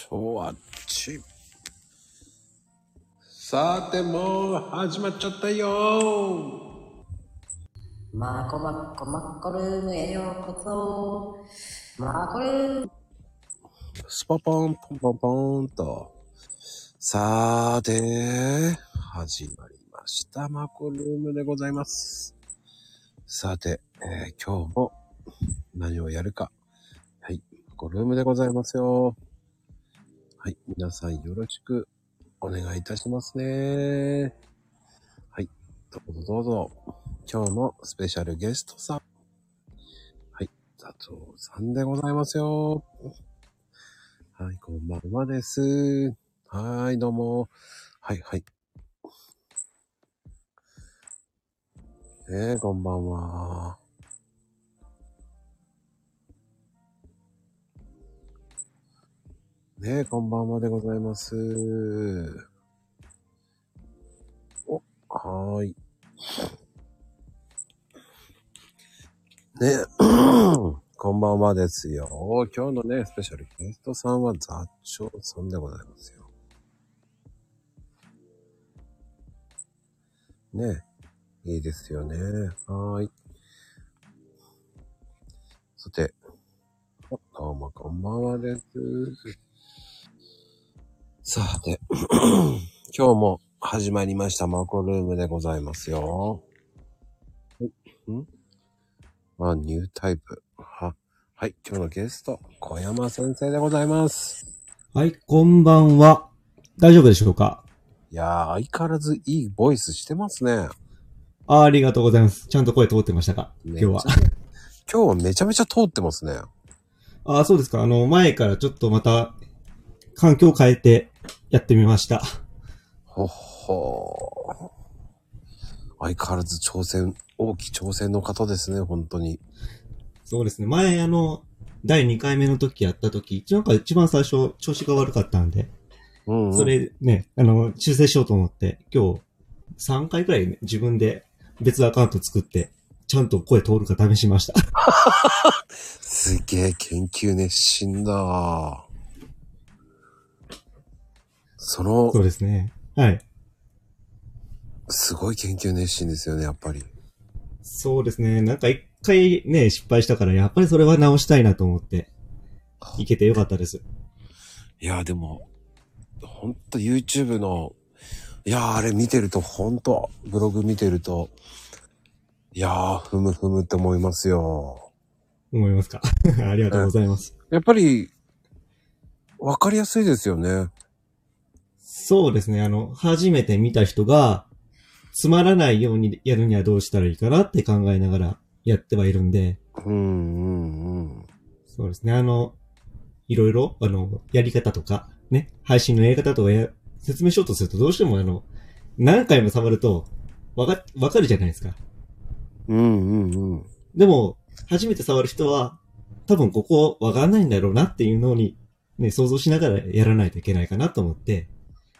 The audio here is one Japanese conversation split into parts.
わっち。さてもう始まっちゃったよ。 マコルームへようこそ。マコルーム。 スパポンポンポンポンと。さて、始まりました。マコルームでございます。さて、今日も何をやるか。はい、マコルームでございますよ。はい、皆さんよろしくお願いいたしますね。はい、どうぞどうぞ。今日のスペシャルゲストさん。はい、佐藤さんでございますよ。はい、こんばんはです。はい、どうも。はいはい。こんばんは。こんばんはでございます。お、はーい。こんばんはですよ。今日のね、スペシャルゲストさんは座長さんでございますよ。ね、いいですよね。はーい。さて、どうもこんばんはです。さて、今日も始まりましたマコルームでございますよ。ニュータイプ。はい、今日のゲスト、小山先生でございます。 はい、こんばんは。大丈夫でしょうか？ いやー、相変わらずいいボイスしてますね。 ありがとうございます。ちゃんと声通ってましたか？今日は。 今日はめちゃめちゃ通ってますね。 そうですか。前からちょっとまた、環境を変えてやってみました。 ほっほー。相変わらず大きい挑戦の方ですね、本当に。 そうですね。前、第2回目の時やった時、なんか一番最初、調子が悪かったんで、それね、修正しようと思って、今日、3回くらい、ね、自分で別アカウント作って、ちゃんと声通るか試しました。 すげえ研究熱心だ。 そうですね。はい。 すごい研究熱心ですよね、やっぱり。 そうですね。なんか一回ね、失敗したから、やっぱりそれは直したいなと思って、いけてよかったです。 いや、でも、ほんと YouTube の、いやー、あれ見てると、ほんと、ブログ見てると、いやー、ふむふむって思いますよ。 思いますか？ありがとうございます。 やっぱり、わかりやすいですよね。 そうですね。初めて見た人が、つまらないようにやるにはどうしたらいいかなって考えながらやってはいるんで。そうですね。いろいろ、やり方とか、ね、配信のやり方とか説明しようとすると、どうしても何回も触ると、わかるじゃないですか。でも、初めて触る人は、多分ここわかんないんだろうなっていうのに、ね、想像しながらやらないといけないかなと思って、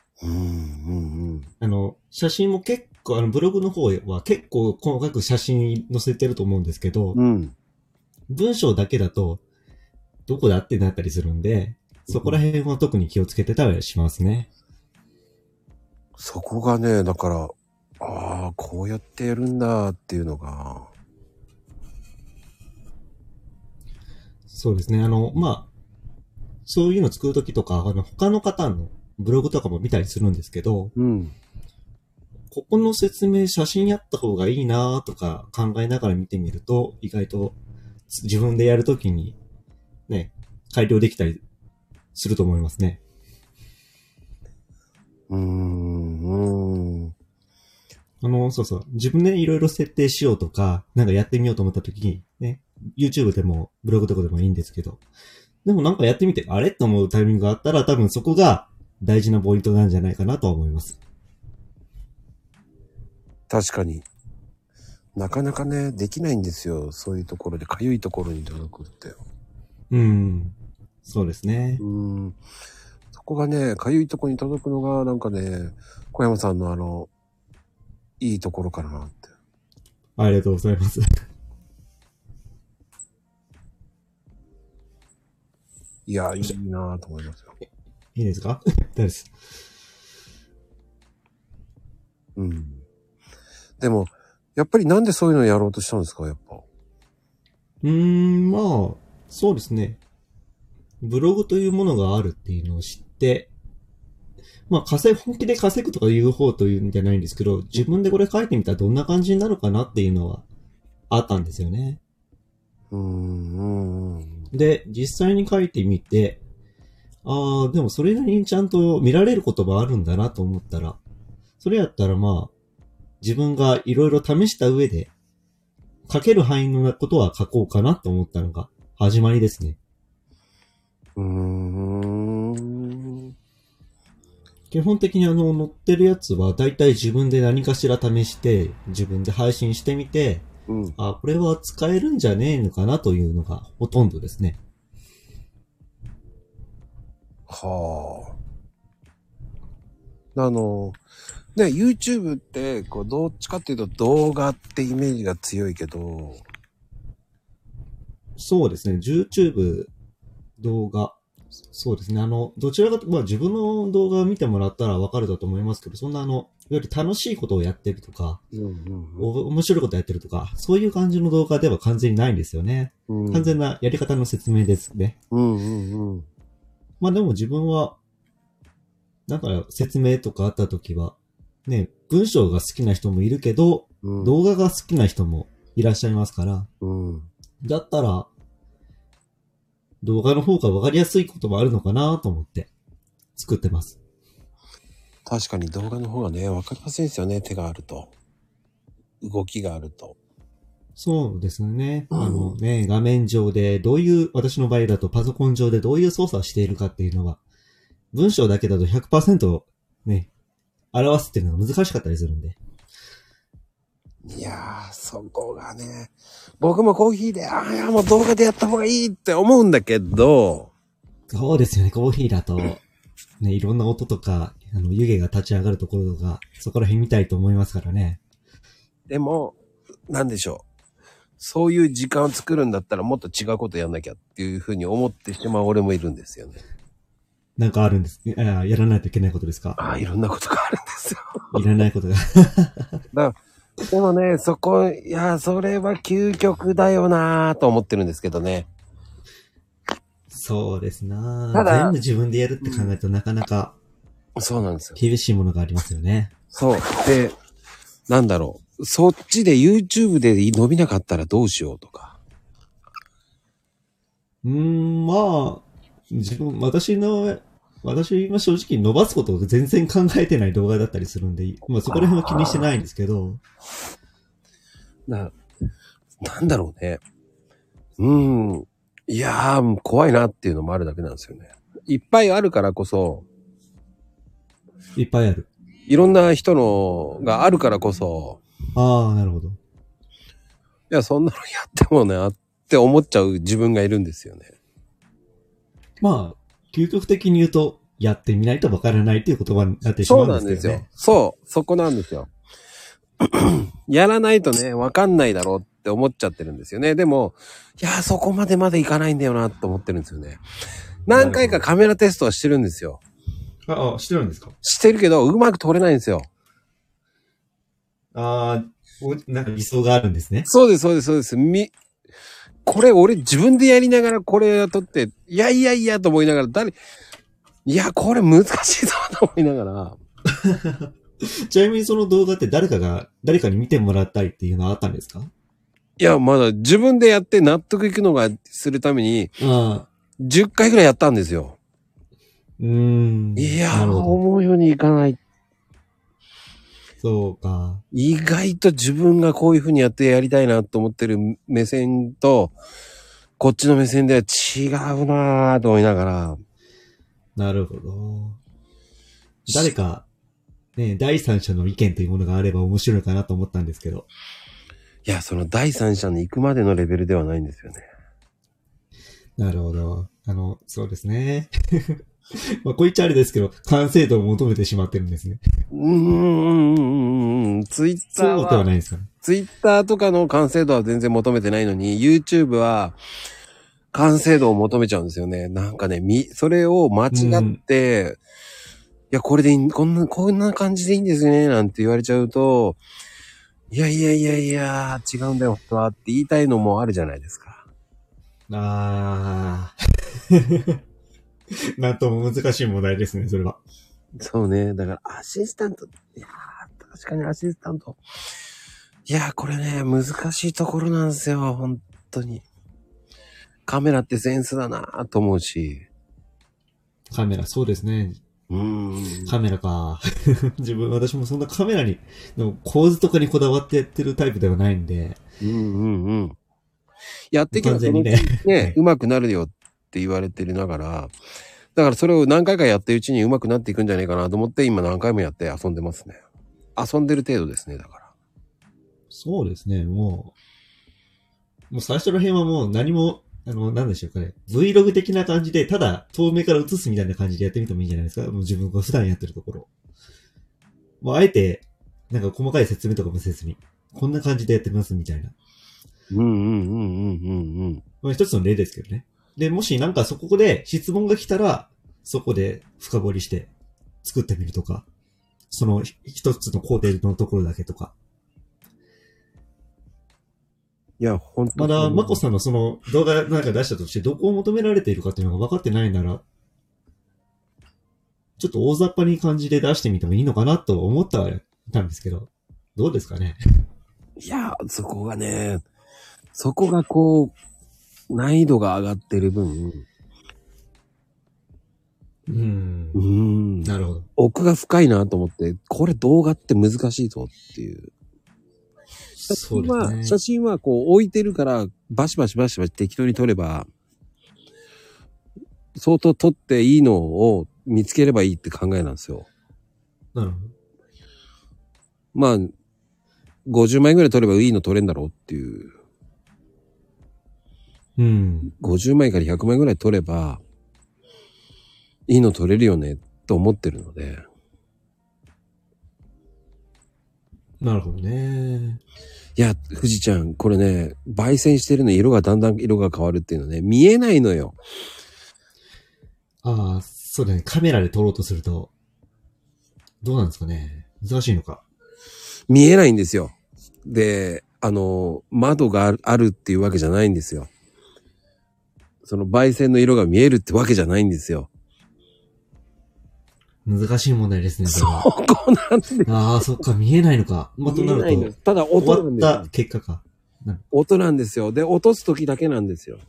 写真も結構、ブログの方は結構細かく写真載せてると思うんですけど、文章だけだと、どこだってなったりするんで、そこら辺は特に気をつけてたりしますね。 そこがね、だから、こうやってやるんだっていうのが。 そうですね。そういうの作るときとか、他の方のブログとかも見たりするんですけど、ここの説明写真やった方がいいなとか考えながら見てみると、意外と自分でやるときにね、改良できたりすると思いますね。そうそう。自分でいろいろ設定しようとか、なんかやってみようと思ったときに、ね、YouTube でもブログとかでもいいんですけど、でもなんかやってみて、あれと思うタイミングがあったら、多分そこが大事なポイントなんじゃないかなと思います。 確かに。なかなかね、できないんですよ。そういうところで、かゆいところに届くって。 そうですね。 そこがね、かゆいところに届くのが、なんかね、小山さんのいいところかなって。 ありがとうございます。 いや、いいなぁと思いますよ。 いいですか？大です。 うん。でも、やっぱりなんでそういうのをやろうとしたんですか、やっぱ。 まあ、そうですね。ブログというものがあるっていうのを知って、まあ、本気で稼ぐとかいう方というんじゃないんですけど、自分でこれ書いてみたらどんな感じになるかなっていうのはあったんですよね。で、実際に書いてみて、でもそれなりにちゃんと見られることもあるんだなと思ったら、それやったらまあ、自分がいろいろ試した上で、書ける範囲のことは書こうかなと思ったのが始まりですね。基本的に載ってるやつはだいたい自分で何かしら試して、自分で配信してみて、これは使えるんじゃねえのかなというのがほとんどですね。 はあ。ね、YouTube って、こう、どっちかっていうと動画ってイメージが強いけど。 そうですね。YouTube、動画。そうですね。どちらかと、まあ自分の動画を見てもらったらわかるだと思いますけど、そんないわゆる楽しいことをやってるとか、面白いことやってるとか、そういう感じの動画では完全にないんですよね。完全なやり方の説明ですね。まあでも自分は、なんか説明とかあった時は、ね、文章が好きな人もいるけど、動画が好きな人もいらっしゃいますから、だったら、動画の方が分かりやすいこともあるのかなと思って作ってます。 確かに動画の方がね、分かりやすいですよね、手があると。動きがあると。 そうですね。画面上で私の場合だとパソコン上でどういう操作をしているかっていうのは、文章だけだと 100% ね、表すっていうのが難しかったりするんで。 いやー、そこがね、僕もコーヒーで、いやもう動画でやった方がいいって思うんだけど。 そうですよね、コーヒーだと、ね、いろんな音とか、湯気が立ち上がるところとか、そこら辺見たいと思いますからね。 でも、なんでしょう。そういう時間を作るんだったらもっと違うことやんなきゃっていうふうに思ってしまう俺もいるんですよね。 なんかあるんです。やらないといけないことですか？ いろんなことがあるんですよ。 いらないことが。 でもね、それは究極だよなぁと思ってるんですけどね。 そうですなぁ。全部自分でやるって考えるとなかなか、 そうなんですよ。 厳しいものがありますよね。 そう。で、なんだろう。そっちで YouTube で伸びなかったらどうしようとか。 まあ、私は正直伸ばすことを全然考えてない動画だったりするんで、まあそこら辺は気にしてないんですけど。 なんだろうね。いやー、怖いなっていうのもあるだけなんですよね。いっぱいあるからこそ。 いっぱいある。 いろんな人のがあるからこそ。 なるほど。 いや、そんなのやってもね、って思っちゃう自分がいるんですよね。 まあ、究極的に言うと、やってみないとわからないっていう言葉になってしまうんですけどね。 そうなんですよ。そこなんですよ。やらないとね、わかんないだろうって思っちゃってるんですよね。でも、いや、そこまでまだいかないんだよなって思ってるんですよね。何回かカメラテストはしてるんですよ。 してるんですか？ してるけど、うまく撮れないんですよ。 なんか理想があるんですね。 そうです。これ俺自分でやりながらこれを撮って、いやと思いながら、いや、これ難しいぞと思いながら。 ちなみにその動画って誰かに見てもらったりっていうのはあったんですか？ いや、まだ自分でやって納得いくのがするために、10回ぐらいやったんですよ。いや、思うようにいかない。 そうか。 意外と自分がこういう風にやってやりたいなと思ってる目線と、こっちの目線では違うなぁと思いながら。 なるほど。誰か、ね、第三者の意見というものがあれば面白いかなと思ったんですけど。 いや、その第三者に行くまでのレベルではないんですよね。 なるほど。そうですね。まあ、こう言っちゃあれですけど、完成度を求めてしまってるんですね。 ツイッターは。 そうではないですかね。 ツイッターとかの完成度は全然求めてないのに、YouTube は、 完成度を求めちゃうんですよね。なんかね、それを間違って、いや、これでいい、こんな感じでいいんですね、なんて言われちゃうと、いや、違うんだよ、本当はって言いたいのもあるじゃないですか。 なんとも難しい問題ですね、それは。 そうね。だから、アシスタント、いやー、確かにアシスタント。いやー、これね、難しいところなんですよ、本当に。カメラってセンスだなーと思うし。 カメラ、そうですね。カメラか。私もそんなカメラに、構図とかにこだわってやってるタイプではないんで。 やってきたらそのうちね、上手くなるよって言われてるながら、だからそれを何回かやってるうちに上手くなっていくんじゃないかなと思って今何回もやって遊んでますね。遊んでる程度ですね、だから。 そうですね、もう最初の辺はもう何も、なんでしょうかね。Vlog 的な感じで、ただ遠目から映すみたいな感じでやってみてもいいんじゃないですか。もう自分が普段やってるところ。もうあえて、なんか細かい説明とかもせずに、こんな感じでやってますみたいな。まあ一つの例ですけどね。で、もしなんかそこで質問が来たら、そこで深掘りして作ってみるとか、その一つの工程のところだけとか。 いや、本当まだ、まこさんのその動画なんか出したとして、どこを求められているかっていうのが分かってないなら、ちょっと大雑把に感じで出してみてもいいのかなと思ったんですけど、どうですかね。 いや、そこがこう、難易度が上がってる分、 なるほど。 奥が深いなと思って、これ動画って難しいぞっていう。 そうですね。 写真はこう置いてるから、バシバシ適当に撮れば、相当撮っていいのを見つければいいって考えなんですよ。 なるほど。 まあ、50枚ぐらい撮ればいいの撮れんだろうっていう。50枚から100枚ぐらい撮れば、いいの撮れるよね、と思ってるので。 なるほどね。 いや、富士ちゃん、これね、焙煎してるのだんだん色が変わるっていうのね、見えないのよ。 ああ、そうだね。カメラで撮ろうとすると、どうなんですかね。難しいのか。 見えないんですよ。で、窓があるっていうわけじゃないんですよ。その焙煎の色が見えるってわけじゃないんですよ。 難しい問題ですね。 そこなんです。 ああ、そっか、見えないのか。まあ、となると、 ただ音なんですよ。 終わった結果か。 音なんですよ。で、落とす時だけなんですよ。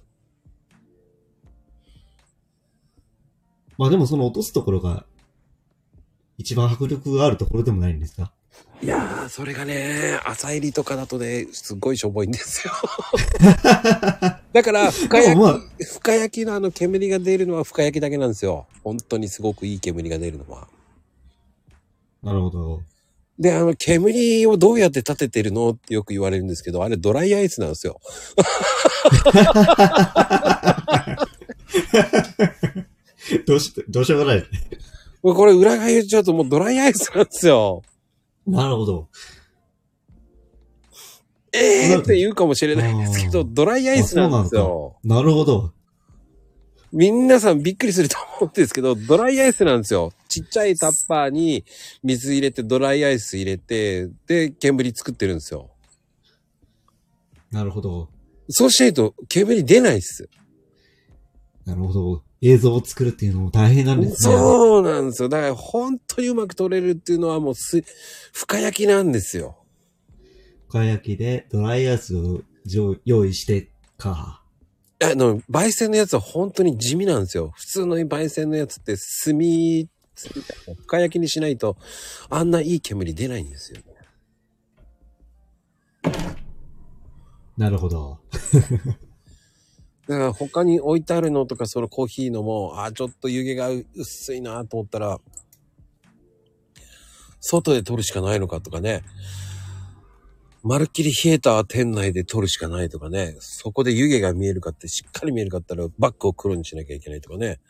まあでもその落とすところが、一番迫力があるところでもないんですか？ いやー、それがね、朝入りとかだとね、すっごいしょぼいんですよ。だから、深焼きの煙が出るのは深焼きだけなんですよ。本当にすごくいい煙が出るのは。 なるほど。 で、煙をどうやって立ててるのってよく言われるんですけど、あれドライアイスなんですよ。 どうしようもない。 これ裏側言っちゃうともうドライアイスなんですよ。 なるほど。 って言うかもしれないんですけど、ドライアイスなんですよ。 なるほど。 皆さんびっくりすると思うんですけど、ドライアイスなんですよ。ちっちゃいタッパーに水入れて、ドライアイス入れて、で、煙作ってるんですよ。 なるほど。 そうしないと煙出ないっす。 なるほど。映像を作るっていうのも大変なんですね。そうなんですよ。だから本当にうまく撮れるっていうのはもう深焼きなんですよ。 深焼きでドライアイスを用意してか。 焙煎のやつは本当に地味なんですよ。普通の焙煎のやつって炭深焼きにしないとあんないい煙出ないんですよ。 なるほど。 だから他に置いてあるのとかそのコーヒーのも、ちょっと湯気が薄いなと思ったら、外で撮るしかないのかとかね。まるっきり冷えた店内で撮るしかないとかね。そこで湯気が見えるかってしっかり見えるかったらバッグを黒にしなきゃいけないとかね。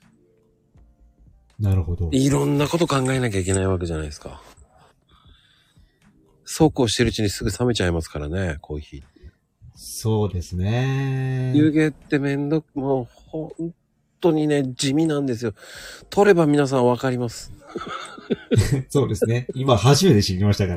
なるほど。 いろんなこと考えなきゃいけないわけじゃないですか。そうこうしてるうちにすぐ冷めちゃいますからね、コーヒー。 そうですね。 湯気ってもう本当にね、地味なんですよ。取れば皆さんわかります。 そうですね。今初めて知りましたから。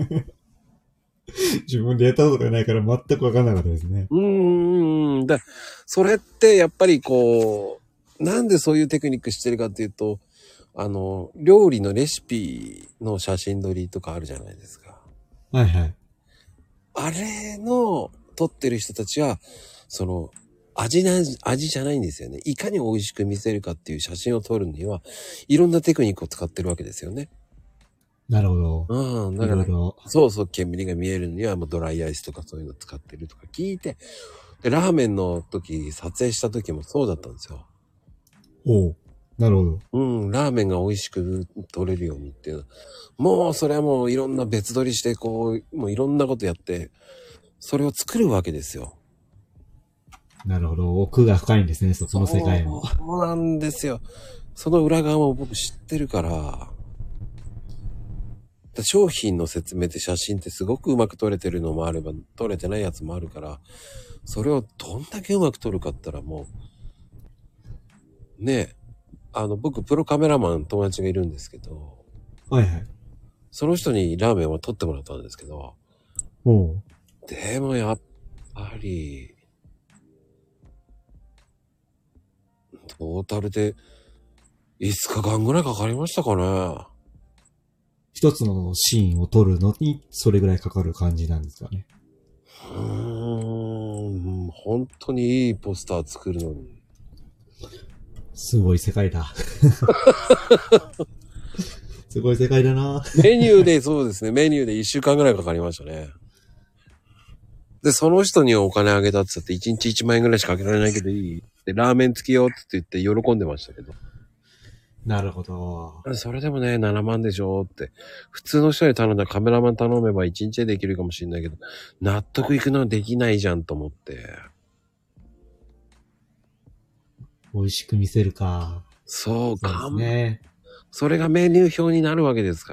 自分でやったことがないから全くわかんなかったですね。 それってやっぱりこう、なんでそういうテクニックしてるかっていうと、料理のレシピの写真撮りとかあるじゃないですか。 はいはい。 あれの撮ってる人たちは、その、味じゃないんですよね。いかに美味しく見せるかっていう写真を撮るには、いろんなテクニックを使ってるわけですよね。 なるほど。 だから、 いろいろ。 そうそう、煙が見えるにはもうドライアイスとかそういうの使ってるとか聞いて、で、ラーメンの時、撮影した時もそうだったんですよ。 おう。なるほど。 ラーメンが美味しく撮れるようにっていうのは、もうそれはもういろんな別撮りして、こう、もういろんなことやって、それを作るわけですよ。 なるほど。奥が深いんですね、そこの世界も。 そうなんですよ。その裏側も僕知ってるから、商品の説明で写真ってすごくうまく撮れてるのもあれば、撮れてないやつもあるから、それをどんだけうまく撮るかって言ったらもう、ねえ、僕プロカメラマン友達がいるんですけど、 はいはい。 その人にラーメンを撮ってもらったんですけど、 おう。 でもやっぱり、トータルで5日間ぐらいかかりましたかね。 一つのシーンを撮るのに、それぐらいかかる感じなんですかね。 本当にいいポスター作るのに。 すごい世界だ。すごい世界だな。 メニューで、そうですね。メニューで1週間ぐらいかかりましたね。で、その人にお金あげたって言って1日1万円ぐらいしかあげられないけどいい。で、ラーメン付きよって言って喜んでましたけど。 なるほど。 それでもね、7万でしょって。普通の人に頼んだらカメラマン頼めば1日でできるかもしれないけど、納得いくのはできないじゃんと思って。 美味しく見せるか。 そうか。 そうですね。 それがメニュー表になるわけですから。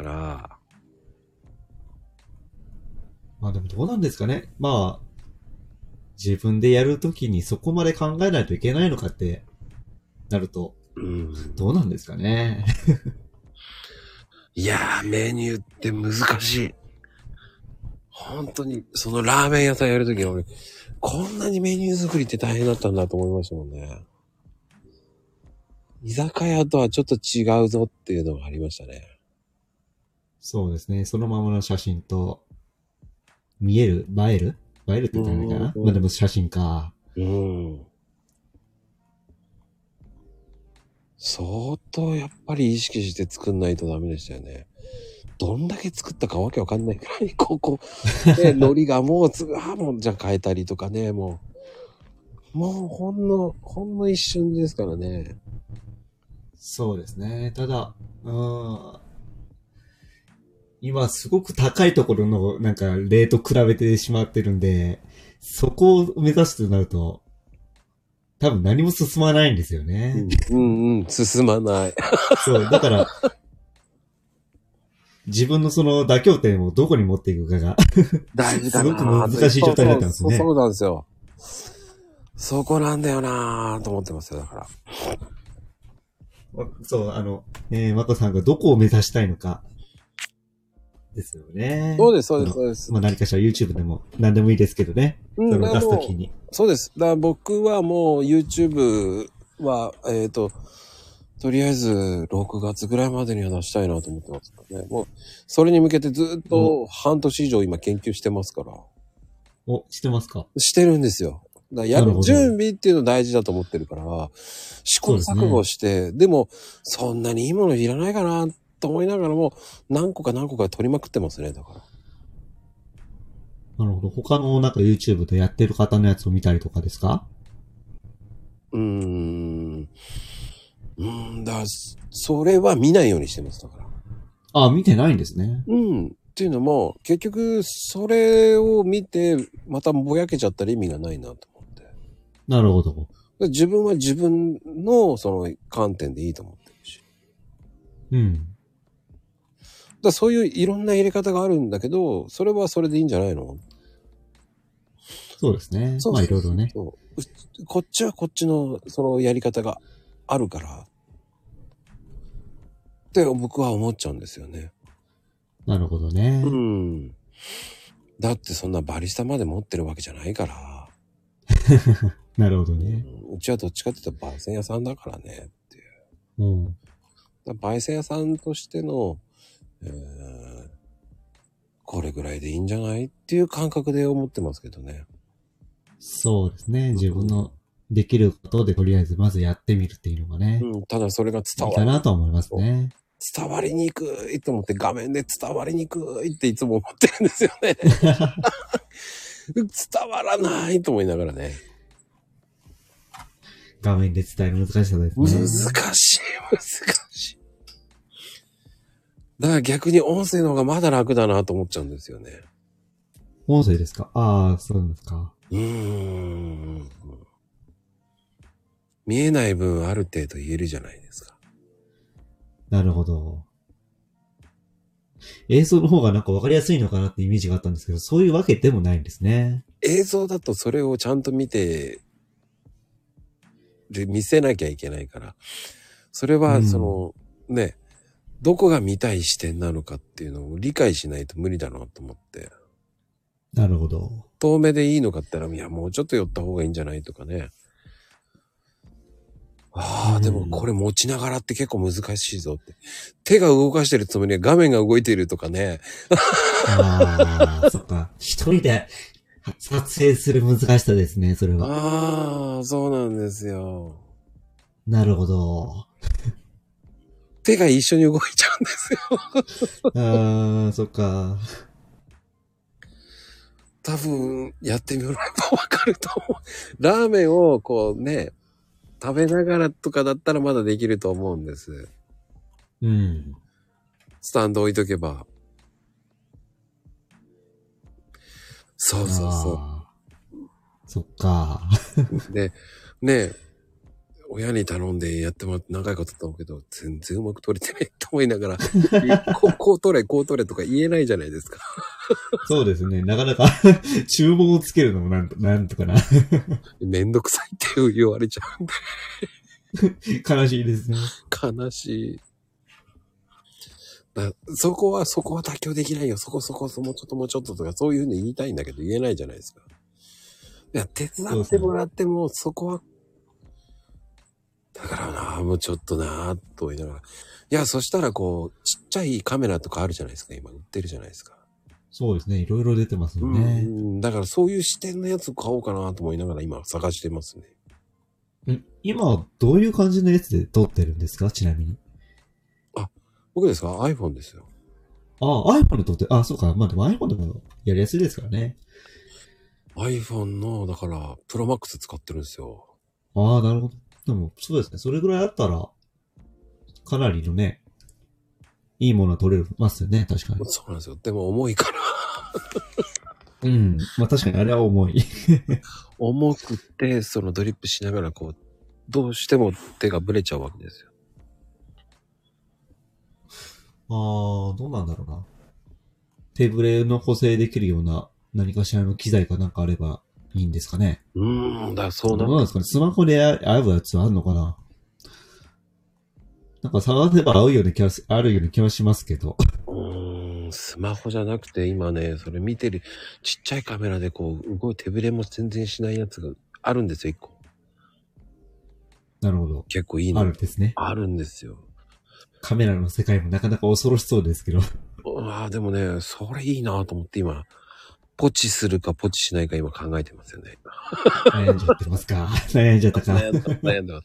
まあでもどうなんですかね。まあ、自分でやるときにそこまで考えないといけないのかってなると、どうなんですかね。 いやー、メニューって難しい。本当に、そのラーメン屋さんやるときは俺、こんなにメニュー作りって大変だったんだと思いましたもんね。居酒屋とはちょっと違うぞっていうのがありましたね。 そうですね。そのままの写真と、見える映えるって言ったらいいかな。まあでも写真か。 相当やっぱり意識して作んないとダメでしたよね。どんだけ作ったかわけわかんないくらい、ね、海苔がもうじゃあ変えたりとかね、もうほんの一瞬ですからね。 そうですね。ただ、今すごく高いところのなんかレート比べてしまってるんで、そこを目指すとなると、多分何も進まないんですよね。 進まない。 そう、だから、自分のその妥協点をどこに持っていくかが大事だな。すごく難しい状態になってますね。 そうなんですよ。そこなんだよなぁと思ってますよ、だから。 そう、マコさんがどこを目指したいのか。ですよね。 そうです。 まあ、何かしら YouTube でも何でもいいですけどね。その出すときに。 そうです。だから僕はもう YouTube は、とりあえず6月ぐらいまでには出したいなと思ってますからね。もう、それに向けてずっと半年以上今研究してますから。 してますか？ してるんですよ。だからやる準備っていうの大事だと思ってるから、試行錯誤して、でも、そんなにいいものいらないかなと思いながらも、何個か取りまくってますね、だから。 なるほど。他のなんか YouTube でやってる方のやつを見たりとかですか？ それは見ないようにしてます、だから。 あ、見てないんですね。 っていうのも、結局、それを見て、またぼやけちゃったら意味がないなと思って。 なるほど。 自分は自分のその観点でいいと思ってるし。そういういろんな入れ方があるんだけど、それはそれでいいんじゃないの？ そうですね。 そうまあいろいろね。 こっちはこっちのそのやり方があるから、って僕は思っちゃうんですよね。 なるほどね。 うん。だってそんなバリスタまで持ってるわけじゃないから。 なるほどね。 うちはどっちかって言ったら焙煎屋さんだからねっていう。 うん。 焙煎屋さんとしての、これぐらいでいいんじゃないっていう感覚で思ってますけどね。 そうですね。自分のできることでとりあえずまずやってみるっていうのがね。 うん、ただそれが伝わいいかなと思いますね。 伝わりにくいと思って画面で伝わりにくいっていつも思ってるんですよね。伝わらないと思いながらね。 画面で伝える難しさですね。 難しい。だから逆に音声の方がまだ楽だなと思っちゃうんですよね。 音声ですか？ああ、そうなんですか。 見えない分ある程度言えるじゃないですか。 なるほど。映像の方がなんか分かりやすいのかなってイメージがあったんですけど、そういうわけでもないんですね。 映像だとそれをちゃんと見て、で見せなきゃいけないから。それはね、どこが見たい視点なのかっていうのを理解しないと無理だなと思って。 なるほど。 遠目でいいのかって言ったら、いや、もうちょっと寄った方がいいんじゃないとかね。でもこれ持ちながらって結構難しいぞって。手が動かしてるつもりは画面が動いているとかね。 そっか。一人で撮影する難しさですね、それは。 そうなんですよ。 なるほど。 手が一緒に動いちゃうんですよ。そっか。 多分、やってみればわかると思う。ラーメンをこうね、食べながらとかだったらまだできると思うんです。 うん。 スタンド置いとけば。そう。 そっか。 で、ね、親に頼んでやってもらって長いことだったけど、全然うまく撮れてないと思いながら、こう撮れとか言えないじゃないですか。 そうですね。なかなか注文をつけるのもなんとかな。 めんどくさいって言われちゃうんで。 悲しいですね。 悲しい。そこは妥協できないよ。もうちょっととか、そういうふうに言いたいんだけど言えないじゃないですか。いや、手伝ってもらっても、そこは、だからな、もうちょっとなと言いながら。いや、そしたらちっちゃいカメラとかあるじゃないですか。今売ってるじゃないですか。 そうですね。いろいろ出てますよね。 だからそういう視点のやつを買おうかなと思いながら今探してますね。今、どういう感じのやつで撮ってるんですか？ちなみに。 僕ですか？ iPhone ですよ。 iPhone で撮って、そうか。まあでも iPhone でもやりやすいですからね。 iPhone の、だから、プロマックス使ってるんですよ。 なるほど。でも、そうですね。それぐらいあったら、かなりのね、いいものは取れますよね。確かに。 そうなんですよ。でも重いから。 まあ確かにあれは重い。 重くて、そのドリップしながらどうしても手がブレちゃうわけですよ。 どうなんだろうな。手ブレの補正できるような何かしらの機材かなんかあればいいんですかね。 だからそうどうなんですかね。スマホで合うやつはあるのかな。なんか探せばあるような気はしますけど。 スマホじゃなくて今ね、それ見てるちっちゃいカメラで動いて手ブレも全然しないやつがあるんですよ、一個。 なるほど。 結構いいの。 あるんですね。 あるんですよ。 カメラの世界もなかなか恐ろしそうですけど。 でもね、それいいなと思って今、ポチするかポチしないか今考えてますよね。 悩んじゃってますか？悩んじゃったか。 悩んでます。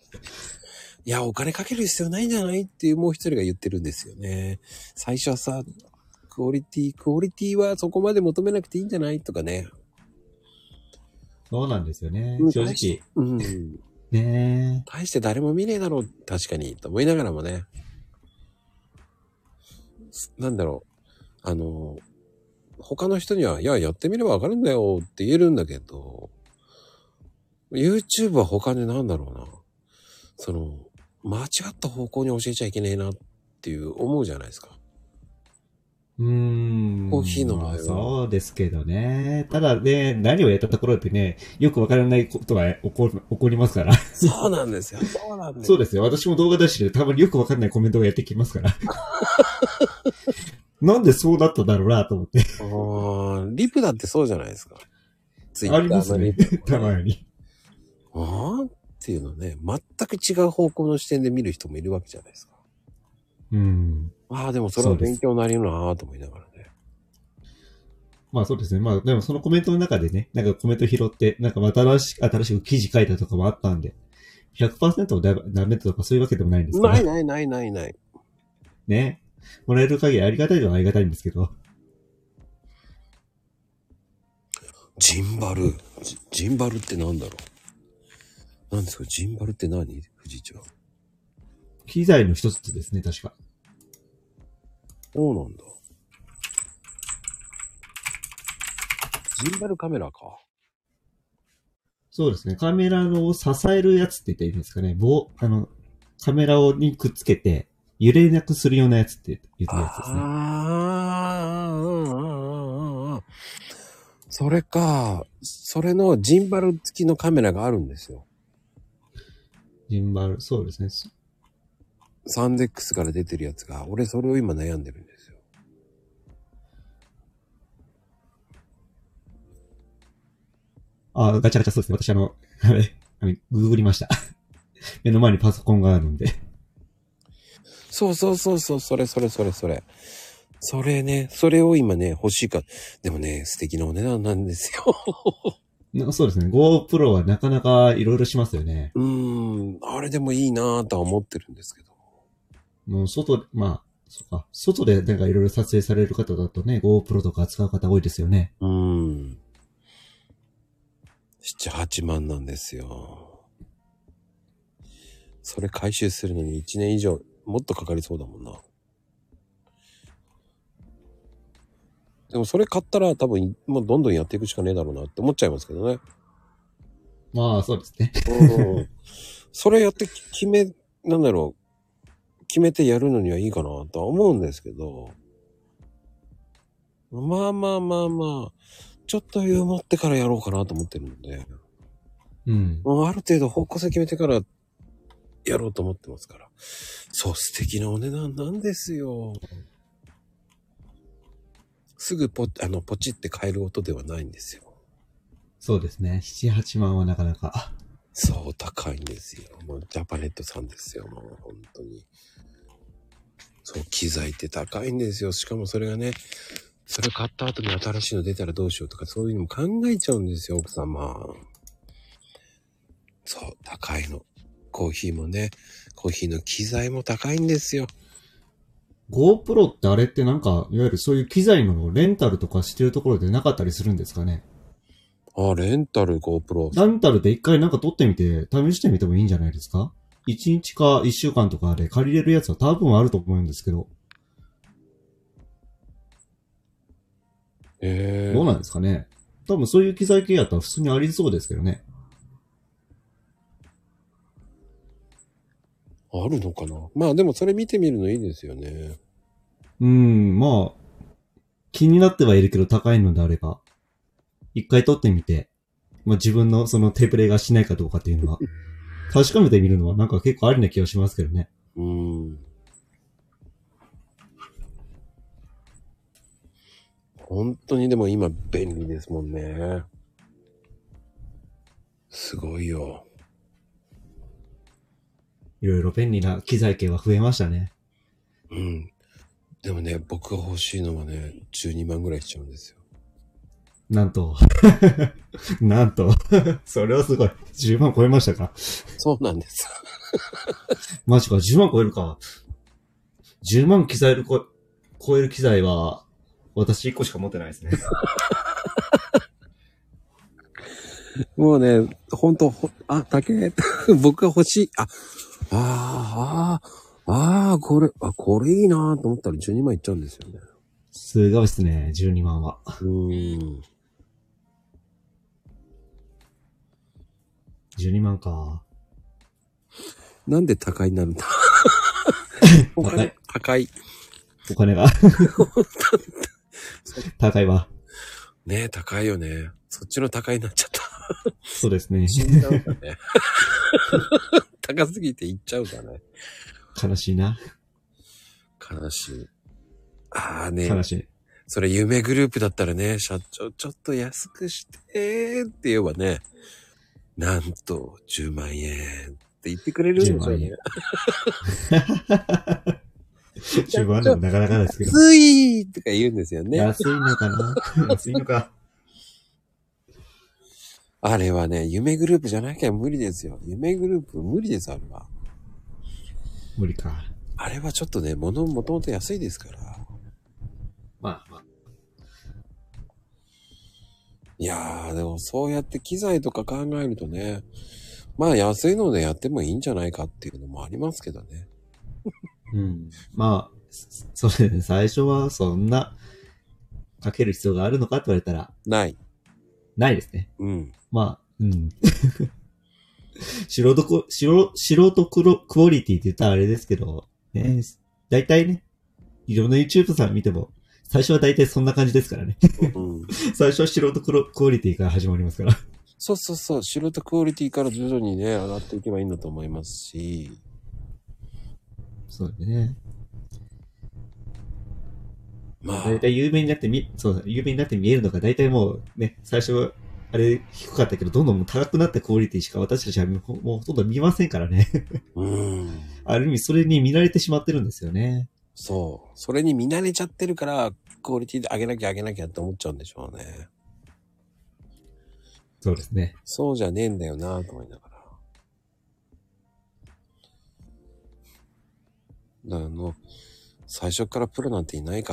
いや、お金かける必要ないんじゃないっていうもう一人が言ってるんですよね。最初はさ、クオリティはそこまで求めなくていいんじゃないとかね。 そうなんですよね。正直。ねえ。 大して誰も見ねえだろう、確かに、と思いながらもね。なんだろう。他の人には、いや、やってみればわかるんだよって言えるんだけど、YouTube は他になんだろうな。間違った方向に教えちゃいけねえなっていう思うじゃないですか。 コーヒーの場合は。 そうですけどね。ただね、何をやったところでね、よくわからないことが起こりますから。 そうなんですよ。そうなんですよ。 そうですよ。私も動画出してたまによくわかんないコメントをやってきますから。なんでそうなったんだろうなと思って。 リプだってそうじゃないですか。 ありますね。たまに。 っていうのね、全く違う方向の視点で見る人もいるわけじゃないですか。でもそれは勉強になりるなぁと思いながらね。 まあそうですね。まあでもそのコメントの中でね、なんかコメント拾って、なんか新しく記事書いたとかもあったんで、100% ダメとかそういうわけでもないんですけど。 ない。 ね。もらえる限りありがたいのはありがたいんですけど。 ジンバルってなんだろう。なんですかジンバルって何藤井ちゃん。 機材の一つですね、確か。 そうなんだ。ジンバルカメラか。 そうですね。カメラを支えるやつって言ったらいいんですかね。カメラにくっつけて、揺れなくするようなやつって言ったやつですね。 それか。それのジンバル付きのカメラがあるんですよ。 ジンバル、そうですね。 サンデックスから出てるやつが、俺それを今悩んでるんですよ。 ガチャガチャそうですね。私ググりました。目の前にパソコンがあるんで。 そう、それね、それを今ね、欲しいか。でもね、素敵なお値段なんですよ。そうですね。GoPro はなかなかいろいろしますよね。 あれでもいいなぁとは思ってるんですけど。 もう外でなんかいろいろ撮影される方だとね、GoPro とか使う方多いですよね。 7、8万なんですよ。それ回収するのに1年以上、もっとかかりそうだもんな。でもそれ買ったら多分もうどんどんやっていくしかねえだろうなって思っちゃいますけどね。 まあそうですね。 それやって決めてやるのにはいいかなとは思うんですけど。まあ、ちょっと余裕持ってからやろうかなと思ってるんで。もうある程度方向性決めてからやろうと思ってますから。そう、素敵なお値段なんですよ。すぐポチって買える音ではないんですよ。 そうですね。7、8万はなかなか。 そう、高いんですよ。もうジャパネットさんですよ。もう本当に。そう、機材って高いんですよ。しかもそれがね、それ買った後に新しいの出たらどうしようとか、そういうのも考えちゃうんですよ、奥様。そう、高いの。コーヒーもね、コーヒーの機材も高いんですよ。 GoPro ってあれってなんか、いわゆるそういう機材のレンタルとかしてるところでなかったりするんですかね。 レンタル GoPro。 レンタルで一回なんか撮ってみて、試してみてもいいんじゃないですか？ 1 日か1週間とかで借りれるやつは多分あると思うんですけど。どうなんですかね。多分そういう機材系やったら普通にありそうですけどね。 あるのかな。まあでもそれ見てみるのいいですよね。 まあ、気になってはいるけど高いのであれば、一回撮ってみて、まあ自分のその手ブレがしないかどうかっていうのは、確かめてみるのはなんか結構ありな気がしますけどね。 本当にでも今便利ですもんね。すごいよ。 いろいろ便利な機材系は増えましたね。 でもね、僕が欲しいのはね、12万ぐらいしちゃうんですよ。 なんと。なんと。それはすごい。10万超えましたか？ そうなんです。 マジか、10万超えるか。10万超える機材は、私1個しか持ってないですね。 もうね、ほんと、高え。僕が欲しい。これいいなと思ったら12万いっちゃうんですよね。 すごいっすね、12万は。12万か。 なんで高いになるんだ高い。 お金が。高いわ。 ねえ、高いよね。そっちの高いになっちゃった。 そうですね。 死んじゃうんだね。高すぎていっちゃうかね。 悲しいな。 悲しい。ああね。 悲しい。 それ夢グループだったらね、社長ちょっと安くしてって言えばね、なんと10万円って言ってくれるんでしょうね。 10万でもなかなかですけど。 安いとか言うんですよね。 安いのかな安いのか。 あれはね、夢グループじゃなきゃ無理ですよ。夢グループ無理です、あれは。 無理か。 あれはちょっとね、もともと安いですから。 まあ。 いやー、でもそうやって機材とか考えるとね、まあ安いのでやってもいいんじゃないかっていうのもありますけどね。 うん。まあ、それで最初はそんなかける必要があるのかって言われたら。 ない。 ないですね。 うん。 まあ、うん。素人クオリティって言ったらあれですけど、ね、大体ね、いろんな YouTube さん見ても、最初は大体そんな感じですからね。 うん、 最初は素人クオリティから始まりますから。 そう。素人クオリティから徐々にね、上がっていけばいいんだと思いますし。 そうだね。 まあ。 大体有名になって見えるのが大体もうね、最初はあれ低かったけど、どんどん高くなったクオリティしか私たちはもうほとんど見ませんからね。ある意味それに見慣れてしまってるんですよね。 そう。それに見慣れちゃってるから、クオリティで上げなきゃって思っちゃうんでしょうね。 そうですね。 そうじゃねえんだよなと思いながら。最初からプロなんていないから、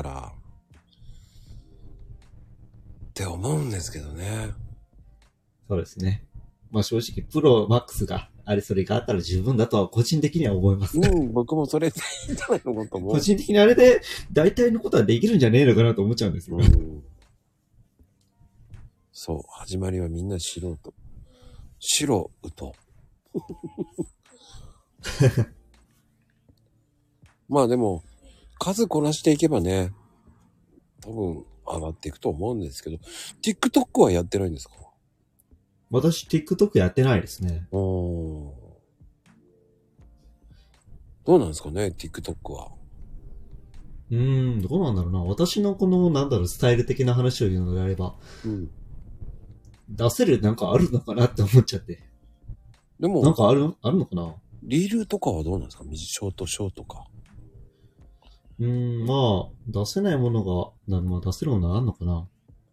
って思うんですけどね。 そうですね。まあ正直、プロマックスがそれがあったら十分だとは個人的には思います。 僕もそれでいいんじゃないのかと思う。 個人的にあれで大体のことはできるんじゃねえのかなと思っちゃうんですよ。 そう、始まりはみんな素人。まあでも、数こなしていけばね、多分上がっていくと思うんですけど、TikTok はやってないんですか？ 私、TikTok やってないですね。 どうなんですかね、TikTok は。 どうなんだろうな。私のこの、スタイル的な話を言うのであれば、出せるなんかあるのかなって思っちゃって。でも、なんかあるのかな？ リールとかはどうなんですか？ショートか。 まあ、出せないものが、出せるものはあるのかな？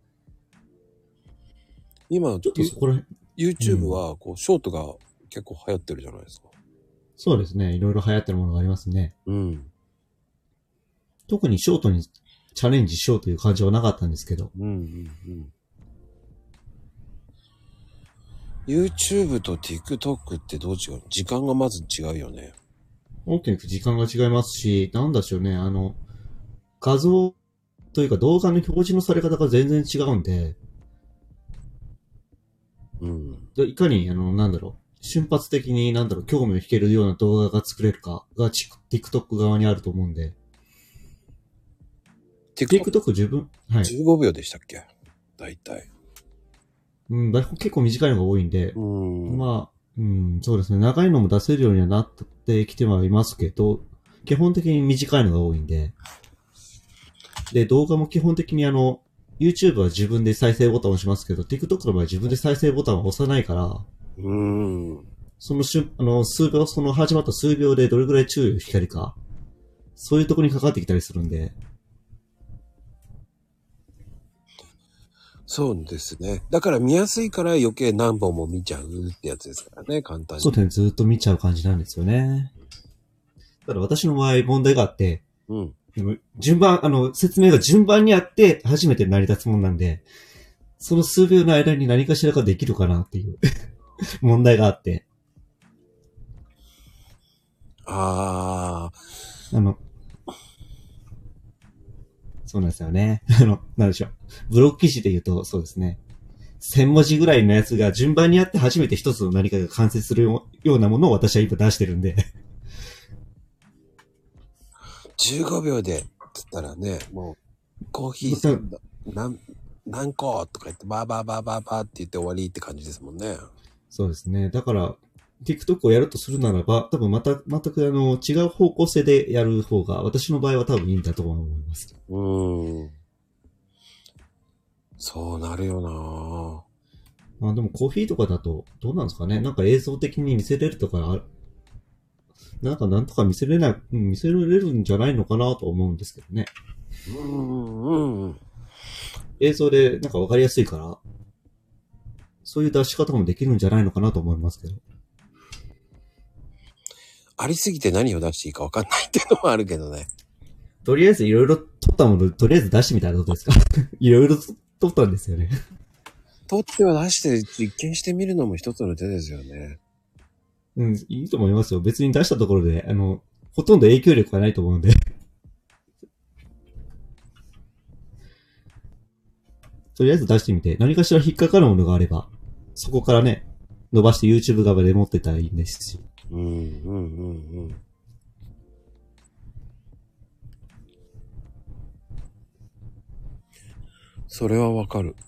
今、 ちょっとそこら辺。 YouTube は、ショートが結構流行ってるじゃないですか。 そうですね。いろいろ流行ってるものがありますね。特にショートにチャレンジしようという感じはなかったんですけど。 YouTube と TikTok ってどう違う？時間がまず違うよね。 大きく時間が違いますし、なんでしょうね。画像というか動画の表示のされ方が全然違うんで。いかに、瞬発的に、興味を引けるような動画が作れるかが TikTok 側にあると思うんで。TikTok 自分、 はい。15秒でしたっけ？大体。 結構短いのが多いんで。まあ、そうですね。長いのも出せるようにはなってきてはいますけど、基本的に短いのが多いんで。で、動画も基本的にYouTube は自分で再生ボタンを押しますけど、TikTok の場合は自分で再生ボタンを押さないから、その数秒、始まった数秒でどれぐらい注意を引けるか、そういうところにかかってきたりするんで。 そうですね。だから見やすいから余計何本も見ちゃうってやつですからね、簡単に。 そうですね、ずっと見ちゃう感じなんですよね。ただ私の場合問題があって、説明が順番にあって初めて成り立つもんなんで、その数秒の間に何かしらができるかなっていう問題があって。そうなんですよね。なんでしょう。ブログ記事で言うと、そうですね。1000文字ぐらいのやつが順番にあって初めて一つの何かが完成するようなものを私は今出してるんで。 15秒でつったらね、もう、コーヒー何個とか言って、バーって言って終わりって感じですもんね。 そうですね。だから、TikTok をやるとするならば、多分全く違う方向性でやる方が、私の場合は多分いいんだと思います。 そうなるよな。 まあでもコーヒーとかだと、どうなんですかね。なんか映像的に見せれるとか、なんとか見せれるんじゃないのかなと思うんですけどね。映像でなんかわかりやすいから、そういう出し方もできるんじゃないのかなと思いますけど。 ありすぎて何を出していいかわかんないっていうのもあるけどね。 とりあえずいろいろ撮ったもの、とりあえず出してみたらどうですか？いろいろ撮ったんですよね。 撮っては出して実験してみるのも一つの手ですよね。 うん、いいと思いますよ。別に出したところで、ほとんど影響力はないと思うんで。とりあえず出してみて、何かしら引っかかるものがあれば、そこからね、伸ばして YouTube 側で持ってたらいいんですし。 それはわかる。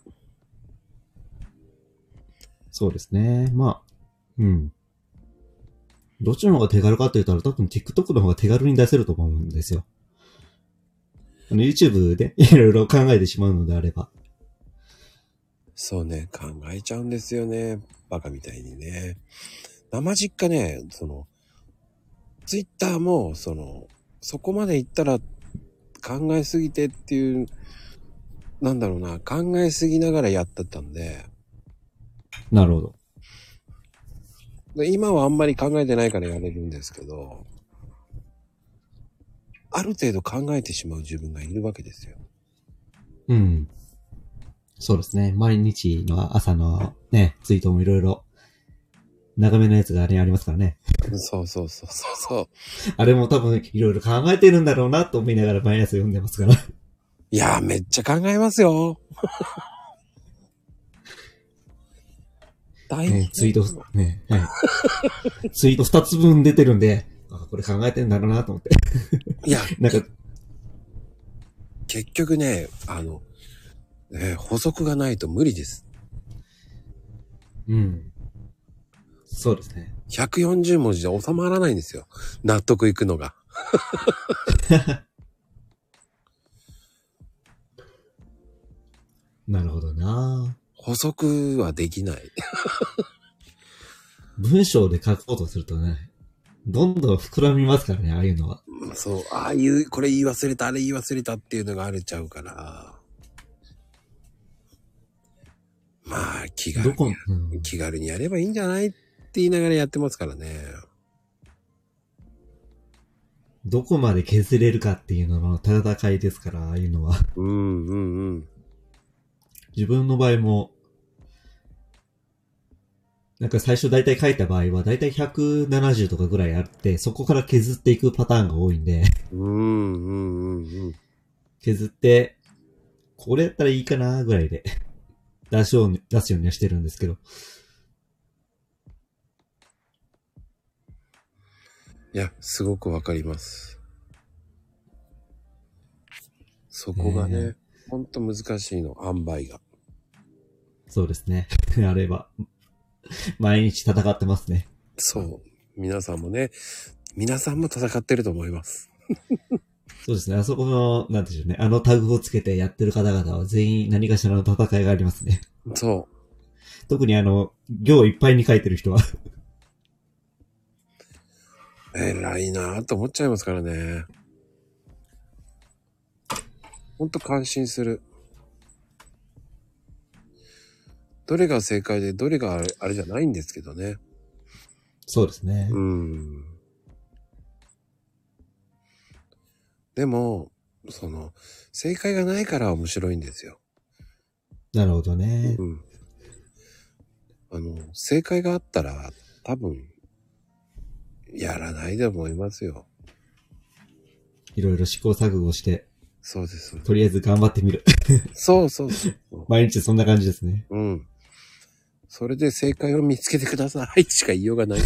そうですね。まあ、うん。どっちの方が手軽かって言ったら多分 TikTok の方が手軽に出せると思うんですよ。YouTube でいろいろ考えてしまうのであれば。 そうね、考えちゃうんですよね。バカみたいにね。生実家ね、Twitter も、そこまで行ったら考えすぎてっていう、なんだろうな、考えすぎながらやってたんで。 なるほど。 今はあんまり考えてないからやれるんですけど、ある程度考えてしまう自分がいるわけですよ。 うん。そうですね。毎日の朝のね、ツイートもいろいろ長めのやつがありますからね。 そう。 あれも多分いろいろ考えてるんだろうなと思いながら毎朝読んでますから。 いやー、めっちゃ考えますよ。 ね、ツイート、ね、はい。ツイート2つ分出てるんで、これ考えてんだろうなと思って。 いや、 なんか、 結局ね、補足がないと無理です。 うん。そうですね。 140文字で収まらないんですよ。納得いくのが。 なるほどな。 補足はできない。 文章で書こうとするとね、どんどん膨らみますからね、ああいうのは。 そう、これ言い忘れた、あれ言い忘れたっていうのがあるちゃうから。まあ、気軽にやればいいんじゃないって言いながらやってますからね。 どこまで削れるかっていうのの戦いですから、ああいうのは。自分の場合も、なんか最初大体書いた場合は大体170とかぐらいあって、そこから削っていくパターンが多いんで。削って、これやったらいいかなぐらいで出すようにはしてるんですけど。 いや、すごくわかります。そこがね、ほんと難しいの、塩梅が。 そうですね。あれは、毎日戦ってますね。 そう。皆さんも戦ってると思います。 そうですね。あそこの、なんでしょうね。タグをつけてやってる方々は全員何かしらの戦いがありますね。 そう。 特に行いっぱいに書いてる人は。 偉いなぁと思っちゃいますからね。ほんと感心する。どれが正解でどれがあれじゃないんですけどね。 そうですね。 でも、正解がないから面白いんですよ。 なるほどね。 正解があったら多分、やらないと思いますよ。 いろいろ試行錯誤して。 そうです。 とりあえず頑張ってみる。 そう。 毎日そんな感じですね。 それで正解を見つけてくださいしか言いようがない。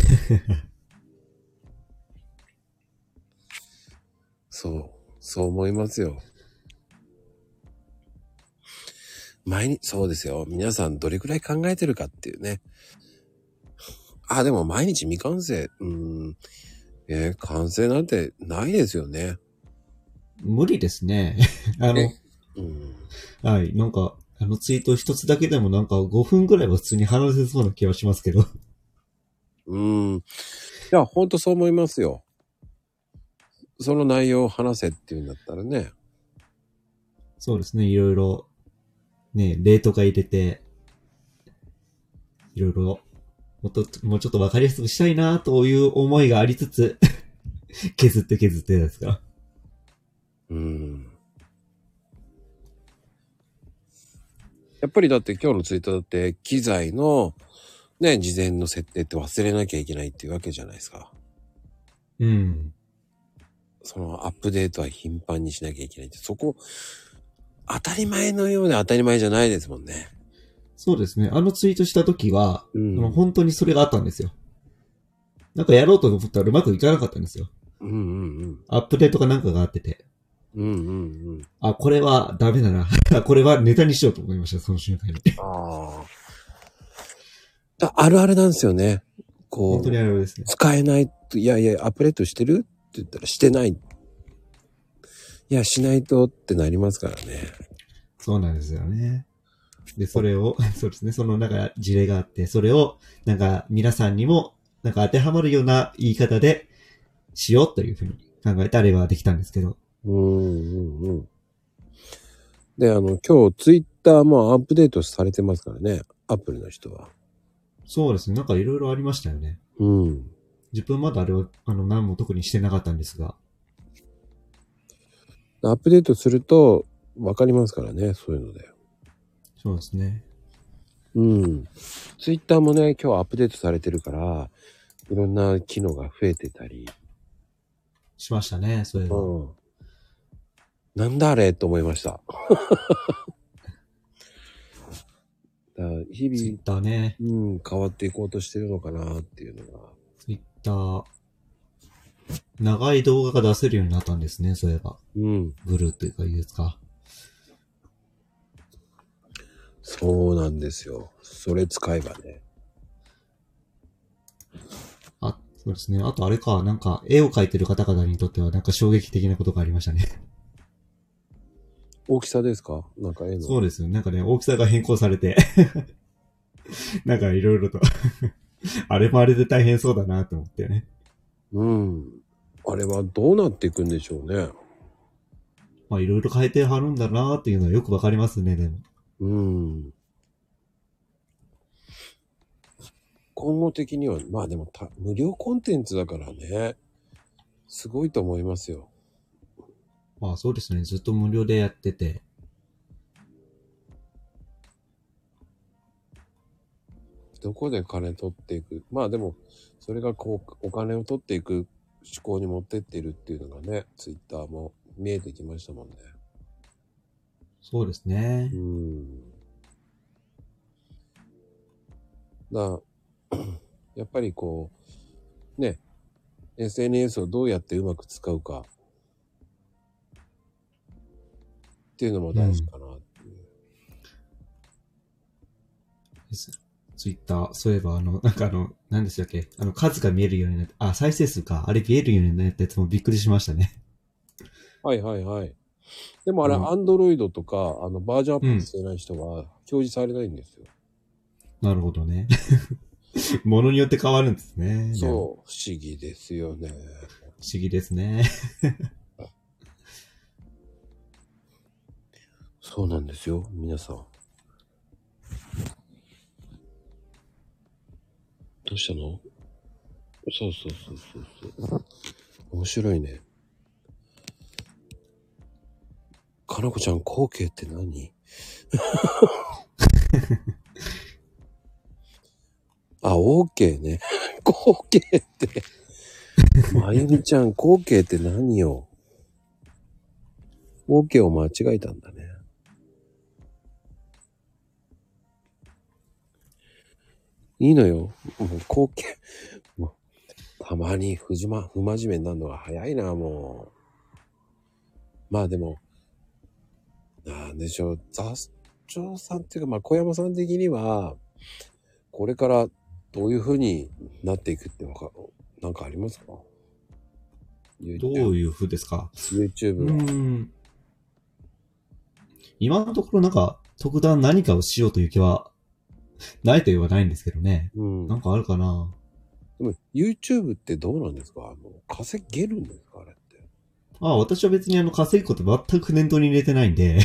そう思いますよ。そうですよ。皆さんどれくらい考えてるかっていうね。でも毎日未完成。完成なんてないですよね。 無理ですね。 うん、 はい。なんか、ツイート一つだけでもなんか5分ぐらいは普通に話せそうな気はしますけど。 いや、ほんとそう思いますよ。その内容を話せっていうんだったらね。 そうですね。いろいろ、ね、例とか入れて、いろいろ、もうちょっとわかりやすくしたいなという思いがありつつ、削ってですか。 やっぱりだって今日のツイートだって機材のね、事前の設定って忘れなきゃいけないっていうわけじゃないですか。 うん。 そのアップデートは頻繁にしなきゃいけないって、そこ、当たり前のようで当たり前じゃないですもんね。 そうですね。ツイートした時は、本当にそれがあったんですよ。なんかやろうと思ったらうまくいかなかったんですよ。アップデートかなんかがあってて。これはダメだな。これはネタにしようと思いました、その瞬間に。 あるあるなんですよね。こう。 本当にあるあるですね。 使えないと、いやいや、アップデートしてるって言ったらしてない。いや、しないとってなりますからね。 そうなんですよね。で、それを、そうですね、そのなんか事例があって、それをなんか皆さんにもなんか当てはまるような言い方でしようというふうに考えてあればできたんですけど。 で、今日ツイッターもアップデートされてますからね。アップルの人は。 そうですね、なんかいろいろありましたよね。自分まだあれは、何も特にしてなかったんですが。 アップデートすると分かりますからね、そういうので。 そうですね。 ツイッターもね、今日アップデートされてるから、いろんな機能が増えてたり。 しましたね、そういえば。 なんだあれと思いました。日々、 ツイッターね。 変わっていこうとしてるのかなっていうのが。 ツイッター、長い動画が出せるようになったんですね、そういえば。ブルーというかいいですか。 そうなんですよ。それ使えばね。 そうですね。あとあれか、なんか絵を描いてる方々にとってはなんか衝撃的なことがありましたね。 大きさですか？なんか絵の。 そうですよ。なんかね、大きさが変更されて。なんかいろいろとあれもあれで大変そうだなと思ってね。 あれはどうなっていくんでしょうね。 まあいろいろ変えてはるんだなっていうのはよくわかりますね、でも。 今後的には、まあでも無料コンテンツだからね。すごいと思いますよ。 まあそうですね。ずっと無料でやってて。 どこで金取っていく。まあでも、それがこう、お金を取っていく思考に持ってってるっていうのがね、ツイッターも見えてきましたもんね。 そうですね。 やっぱりこう、ね、SNS をどうやってうまく使うかっていうのも大事かなっていう。 ツイッター、そういえばなんか何でしたっけ数が見えるようになって、再生数か。あれ見えるようになったやつもびっくりしましたね。 はいはいはい。でもあれ、Android とか、バージョンアップしてない人は表示されないんですよ。 なるほどね。ものによって変わるんですね。 そう、不思議ですよね。 不思議ですね。 そうなんですよ、皆さん。どうしたの？そう。面白いね。かなこちゃん、後継って何？OK ね。後継って。まゆみちゃん、後継って何よ。OK を間違えたんだね。いいのよ。もう後継。もうたまに不真面目になるのが早いな、もまあでも、なんでしょう、雑長さんっていうか、まあ小山さん的には、これからどういう風になっていくっていうのか、なんかありますか？ どういう風ですか？ YouTube は。 今のところなんか、特段何かをしようという気は、ないと言わないんですけどね。なんかあるかな。 でも YouTube ってどうなんですか？稼げるんですかあれって。 私は別に稼ぐこと全く念頭に入れてないんで。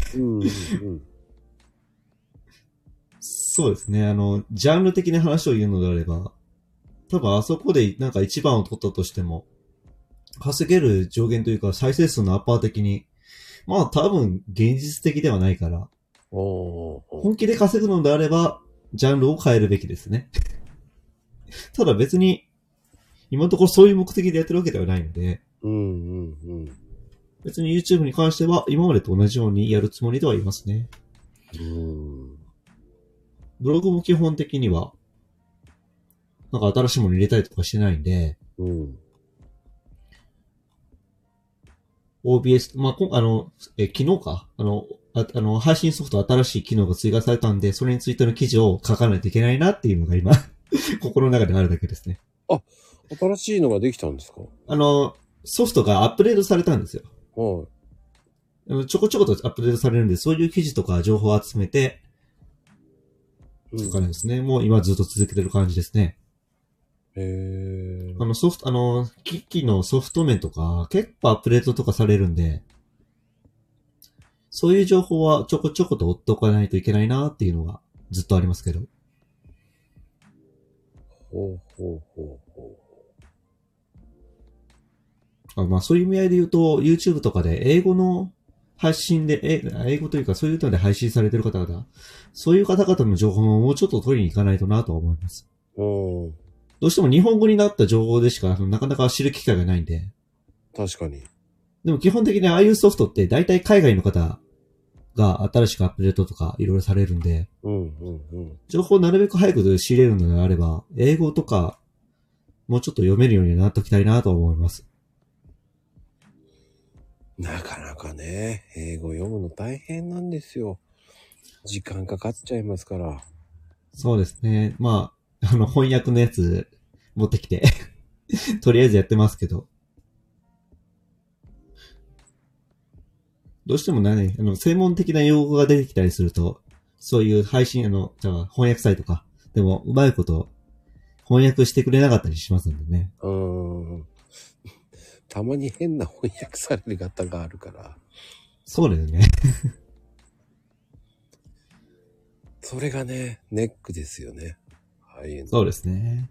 そうですね。ジャンル的な話を言うのであれば、多分あそこでなんか一番を取ったとしても、稼げる上限というか再生数のアッパー的に、まあ多分現実的ではないから、本気で稼ぐのであれば、ジャンルを変えるべきですね。ただ別に、今のところそういう目的でやってるわけではないので、別に YouTube に関しては今までと同じようにやるつもりではいますね。ブログも基本的には、なんか新しいもの入れたりとかしてないんで、OBS、まあ、昨日か、配信ソフト新しい機能が追加されたんで、それについての記事を書かないといけないなっていうのが今、心の中であるだけですね。 あ、新しいのができたんですか？ ソフトがアップデートされたんですよ。ちょこちょことアップデートされるんで、そういう記事とか情報を集めて、とかですね、もう今ずっと続けてる感じですね。機器のソフト面とか、結構アップデートとかされるんで、そういう情報はちょこちょこと追っておかないといけないなっていうのがずっとありますけど。まあそういう意味合いで言うと、YouTube とかで英語の配信で、英語というかそういうので配信されてる方々、そういう方々の情報ももうちょっと取りに行かないとなとは思います。どうしても日本語になった情報でしかなかなか知る機会がないんで。 確かに。 でも基本的にああいうソフトって大体海外の方が新しくアップデートとかいろいろされるんで、情報をなるべく早く仕入れるのであれば、英語とかもうちょっと読めるようになっておきたいなと思います。 なかなかね、英語読むの大変なんですよ。時間かかっちゃいますから。 そうですね。まあ、翻訳のやつ持ってきて、とりあえずやってますけど。どうしてもね、専門的な用語が出てきたりすると、そういう配信、翻訳サイトか。でも、うまいこと翻訳してくれなかったりしますんでね。 たまに変な翻訳される方があるから。 そうですね。 それがね、ネックですよね。ああいうの。 そうですね。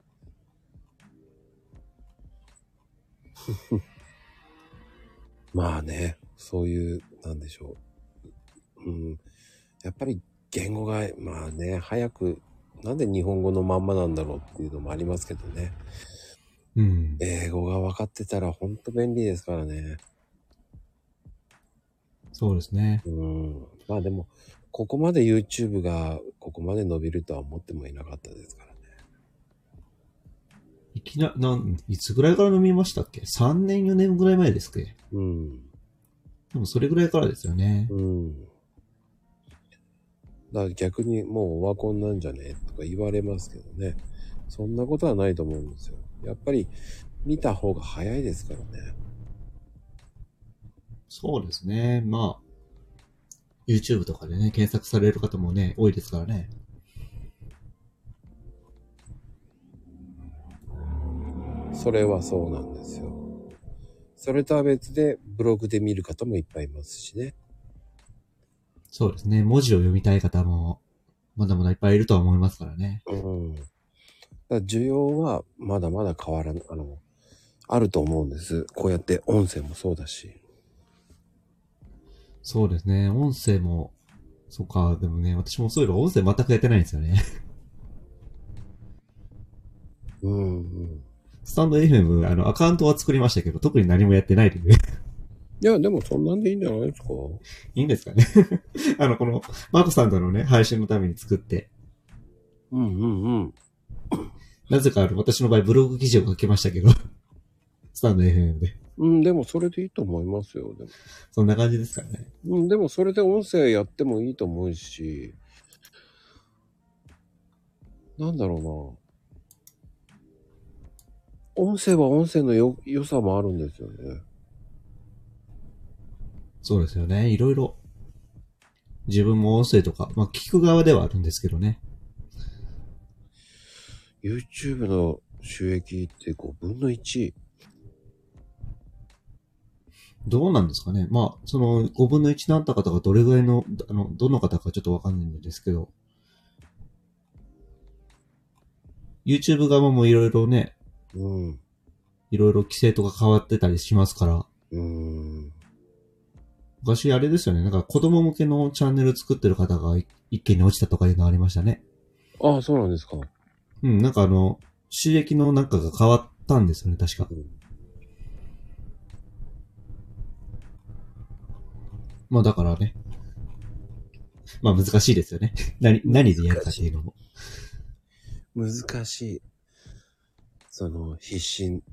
まあね、そういう、なんでしょう。やっぱり言語が、まあね、早く、なんで日本語のまんまなんだろうっていうのもありますけどね。英語が分かってたらほんと便利ですからね。 そうですね。 まあでも、ここまで YouTube がここまで伸びるとは思ってもいなかったですからね。 いつぐらいから伸びましたっけ？ 3 年4年ぐらい前ですっけ？でもそれぐらいからですよね。 だから逆にもうオワコンなんじゃねとか言われますけどね。そんなことはないと思うんですよ。やっぱり見た方が早いですからね。 そうですね。まあ、YouTube とかでね、検索される方もね、多いですからね。 それはそうなんですよ。それとは別でブログで見る方もいっぱいいますしね。 そうですね。文字を読みたい方も、まだまだいっぱいいるとは思いますからね。 だから需要はまだまだ変わらない、あると思うんです。こうやって音声もそうだし。 そうですね。音声も、そうか、でもね、私もそういえば音声全くやってないんですよね。スタンド FM、アカウントは作りましたけど、特に何もやってないでね。 いや、でもそんなんでいいんじゃないですか？ いいんですかね。この、マコさんとのね、配信のために作って。なぜか私の場合ブログ記事を書きましたけど、スタンド FM で。 うん、でもそれでいいと思いますよ。でもそんな感じですかね。 うん、でもそれで音声やってもいいと思うし、なんだろうな。音声は音声の良さもあるんですよね。 そうですよね。いろいろ。自分も音声とか、まあ聞く側ではあるんですけどね。 YouTube の収益って5分の1。 どうなんですかね。まあ、その5分の1になった方がどれぐらいの、どの方かちょっとわかんないんですけど、YouTube 側もいろいろね、 うん。 いろいろ規制とか変わってたりしますから、昔あれですよね、なんか子供向けのチャンネル作ってる方が一気に落ちたとかいうのありましたね。 ああ、そうなんですか。 うん、なんか収益のなんかが変わったんですよね、確か。まあだからね。まあ難しいですよね。何でやるかっていうのも。 難しい。必死、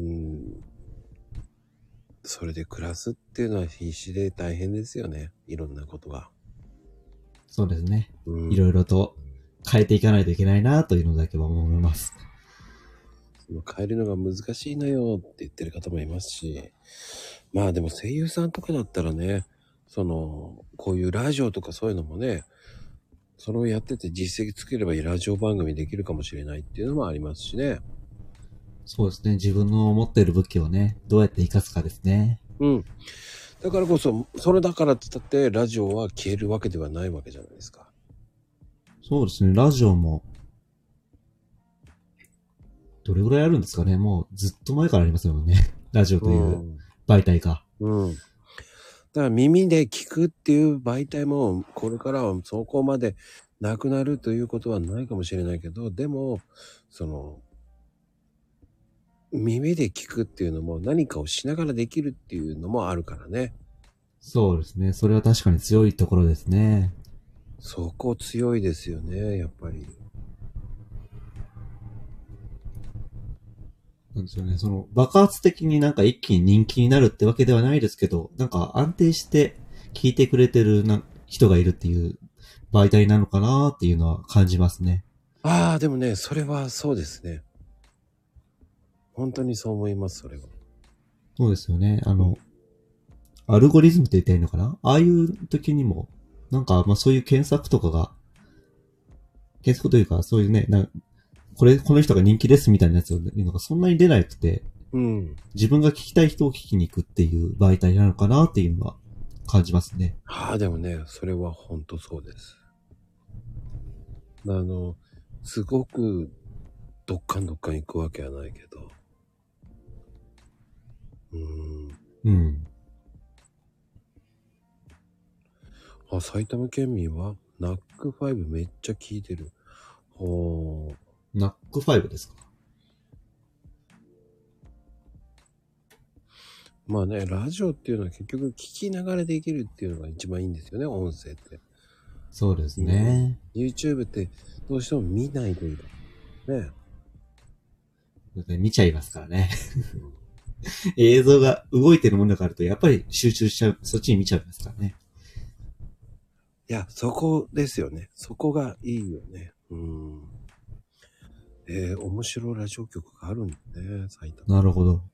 それで暮らすっていうのは必死で大変ですよね。いろんなことが。 そうですね。いろいろと変えていかないといけないなというのだけは思います。 変えるのが難しいのよって言ってる方もいますし。まあでも声優さんとかだったらね、こういうラジオとかそういうのもね、それをやってて実績つければラジオ番組できるかもしれないっていうのもありますしね。 そうですね。自分の持っている武器をね、どうやって活かすかですね。 うん。だからこそ、それだからって言ったってラジオは消えるわけではないわけじゃないですか。 そうですね。ラジオも、どれぐらいあるんですかね。もうずっと前からありますよね。ラジオという媒体が。 うん。だから耳で聞くっていう媒体もこれからはそこまでなくなるということはないかもしれないけど、でも、耳で聞くっていうのも何かをしながらできるっていうのもあるからね。 そうですね。それは確かに強いところですね。 そこ強いですよね、やっぱり。 なんですよね。爆発的になんか一気に人気になるってわけではないですけど、なんか安定して聞いてくれてる人がいるっていう媒体なのかなっていうのは感じますね。 ああ、でもね、それはそうですね。本当にそう思います、それは。 そうですよね。アルゴリズムって言ったらいいのかな、ああいう時にも、なんか、まあそういう検索とかが、検索というか、そういうね、この人が人気ですみたいなやつをいうのがそんなに出なくて、自分が聞きたい人を聞きに行くっていう媒体なのかなっていうのは感じますね。 でもね、それは本当そうです。すごくどっかん行くわけはないけど。埼玉県民はナック5めっちゃ聞いてる。 ナック5ですか？ まあね、ラジオっていうのは結局聞きながらできるっていうのが一番いいんですよね、音声って。 そうですね。 YouTube ってどうしても見ないといいね。 見ちゃいますからね。映像が動いてるものがあると、やっぱり集中しちゃう、そっちに見ちゃいますからね。 いや、そこですよね。そこがいいよね。面白いラジオ局があるんだね、埼玉。 なるほど。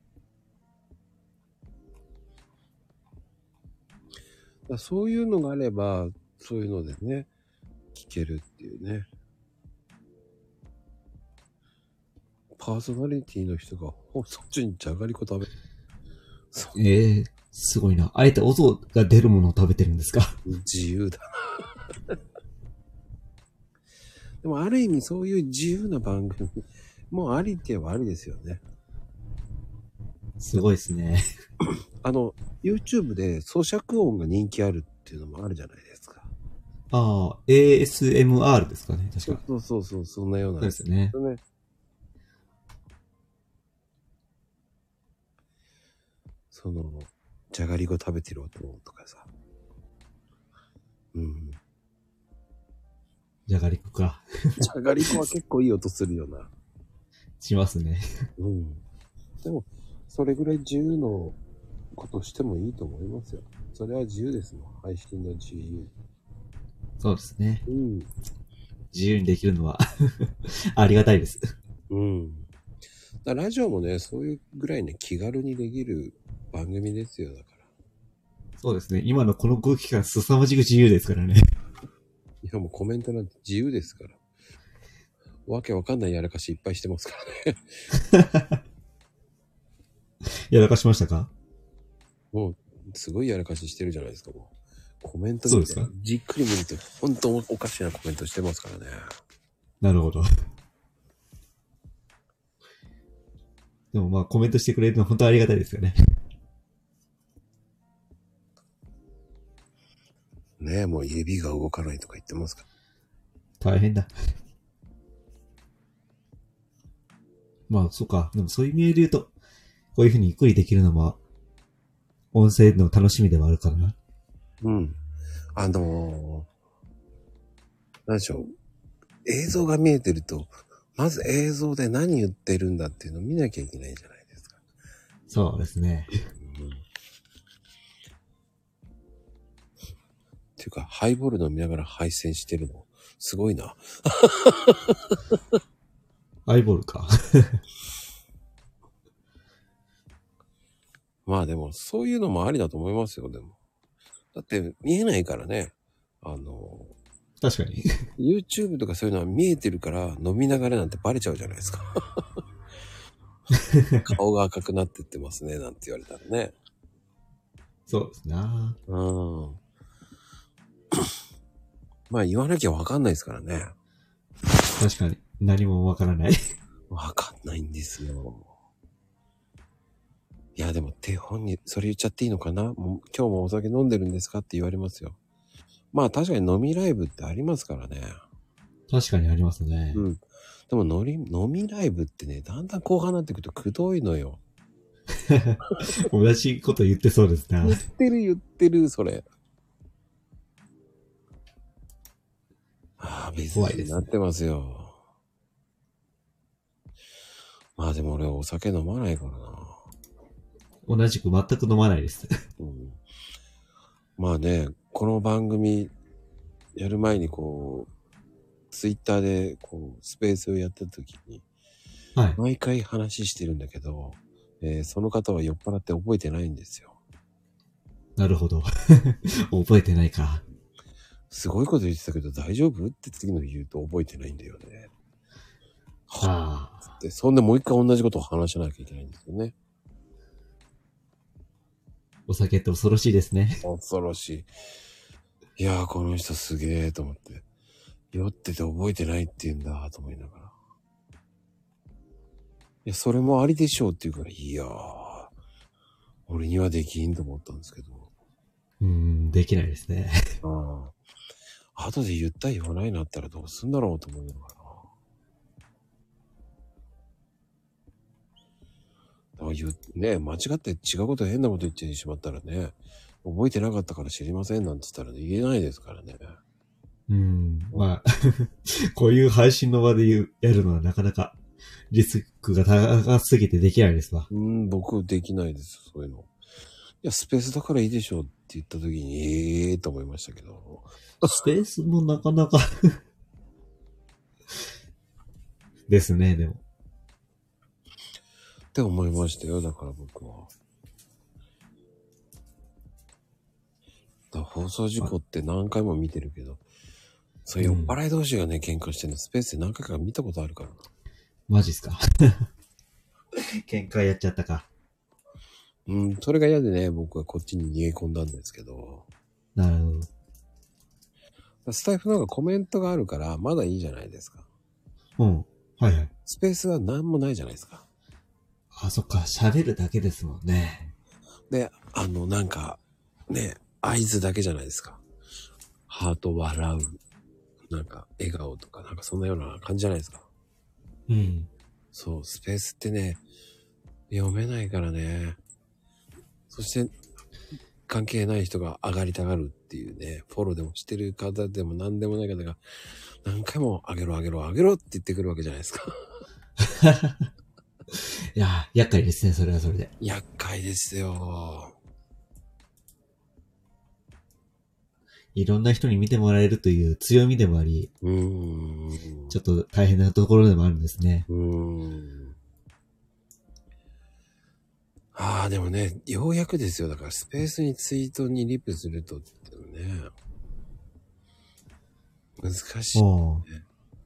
そういうのがあれば、そういうのでね、聞けるっていうね。パーソナリティの人が、そっちにじゃがりこ食べる。 すごいな。あえて音が出るものを食べてるんですか？ 自由だな。でもある意味そういう自由な番組、もうありって言えばありですよね。 すごいですね。 YouTube で咀嚼音が人気あるっていうのもあるじゃないですか。 ああ、ASMR ですかね、確か。 そう、そんなような。 そうですね。 じゃがりこ食べてる音とかさ。 じゃがりこか。 じゃがりこは結構いい音するよな。 しますね。 でも、 それぐらい自由のことしてもいいと思いますよ。それは自由ですもん。配信の自由。 そうですね。 うん。 自由にできるのはありがたいです。 うん。だラジオもね、そういうぐらいね、気軽にできる番組ですよ、だから。 そうですね。今のこの空気感凄まじく自由ですからね。 いやもうコメントなんて自由ですから。わけわかんないやらかしいっぱいしてますからね。 やらかしましたか？ もう、すごいやらかししてるじゃないですか、もう。コメントそうですか？ じっくり見ると、本当おかしなコメントしてますからね。 なるほど。でもまあコメントしてくれるのは本当ありがたいですよね。 ねえ、もう指が動かないとか言ってますから。 大変だ。まあ、そうか。でもそういう意味で言うと、こういう風にゆっくりできるのも、音声の楽しみではあるからな。 うん。なんでしょう。映像が見えてると、まず映像で何言ってるんだっていうのを見なきゃいけないじゃないですか。 そうですね。 っていうか、ハイボール飲みながら配線してるの、すごいな。 アイボールか。 まあでも、そういうのもありだと思いますよ、でも。だって見えないからね。 確かに。 YouTube とかそういうのは見えてるから飲みながらなんてバレちゃうじゃないですか。顔が赤くなってってますね、なんて言われたらね。 そうですな。 うん。まあ言わなきゃわかんないですからね。 確かに。何もわからない。 わかんないんですよ。いやでも手本にそれ言っちゃっていいのかな、もう今日もお酒飲んでるんですかって言われますよ。まあ確かに飲みライブってありますからね。 確かにありますね。 うん。でも飲みライブってね、だんだん後半になってくるとくどいのよ。 同じこと言ってそうですな。 言ってる、それ。ああ、別になってますよ。まあでも俺お酒飲まないからな。 同じく全く飲まないです。 うん、まあね、この番組やる前にこう、ツイッターでこう、スペースをやった時に、 はい。 毎回話してるんだけど、その方は酔っ払って覚えてないんですよ。 なるほど。覚えてないか。 すごいこと言ってたけど大丈夫って次の日言うと覚えてないんだよね。 ああ。 で、そんでもう一回同じことを話さなきゃいけないんですよね。 お酒って恐ろしいですね。 恐ろしい。いやー、この人すげえと思って。酔ってて覚えてないって言うんだと思いながら。いや、それもありでしょうって言うから、いやー、俺にはできんと思ったんですけど。 できないですね。 ああ。後で言った言わないなったらどうすんだろうと思いながら。ね、間違って違うこと変なこと言ってしまったらね、覚えてなかったから知りませんなんて言ったら言えないですからね。 まあ、こういう配信の場でやるのはなかなかリスクが高すぎてできないですわ。 僕できないです、そういうの。いや、スペースだからいいでしょうって言った時に、と思いましたけど。 スペースもなかなかですね、でも。 って思いましたよ、だから僕は。放送事故って何回も見てるけど、そういう酔っ払い同士がね、喧嘩してるのスペースで何回か見たことあるからな。 マジっすか。喧嘩やっちゃったか。 それが嫌でね、僕はこっちに逃げ込んだんですけど。 なるほど。スタイフなんかコメントがあるから、まだいいじゃないですか。 はいはい。 スペースは何もないじゃないですか。 あ、そっか、喋るだけですもんね。 で、なんか、ね、合図だけじゃないですか。ハート笑う。なんか、笑顔とか、なんかそんなような感じじゃないですか。そう、スペースってね、読めないからね。そして、関係ない人が上がりたがるっていうね、フォローでもしてる方でも何でもない方が、何回も上げろって言ってくるわけじゃないですか。 いや、厄介ですね、それはそれで。 厄介ですよ。 いろんな人に見てもらえるという強みでもあり、ちょっと大変なところでもあるんですね。 ああ、でもね、ようやくですよ。だからスペースにツイートにリプするとってね、難しい、ね。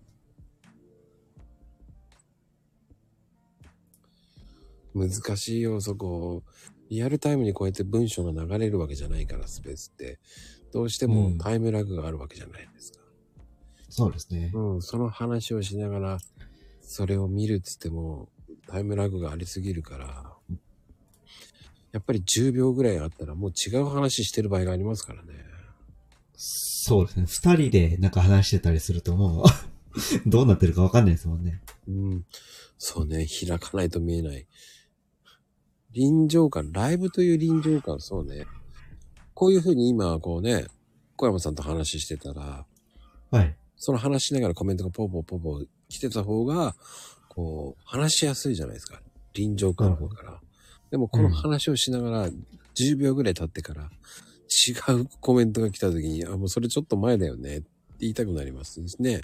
難しいよ、そこ。リアルタイムにこうやって文章が流れるわけじゃないから、スペースって。どうしてもタイムラグがあるわけじゃないですか。 そうですね。 その話をしながら、それを見るっつっても、タイムラグがありすぎるから、やっぱり10秒ぐらいあったらもう違う話してる場合がありますからね。 そうですね。二人でなんか話してたりするともう、どうなってるかわかんないですもんね。 そうね、開かないと見えない。臨場感、ライブという臨場感、そうね。こういう風に今、こうね、小山さんと話してたら、 はい。 その話しながらコメントがポポポポ来てた方が、こう、話しやすいじゃないですか。臨場感だから。でもこの話をしながら、10秒ぐらい経ってから、違うコメントが来た時に、もうそれちょっと前だよねって言いたくなりますね。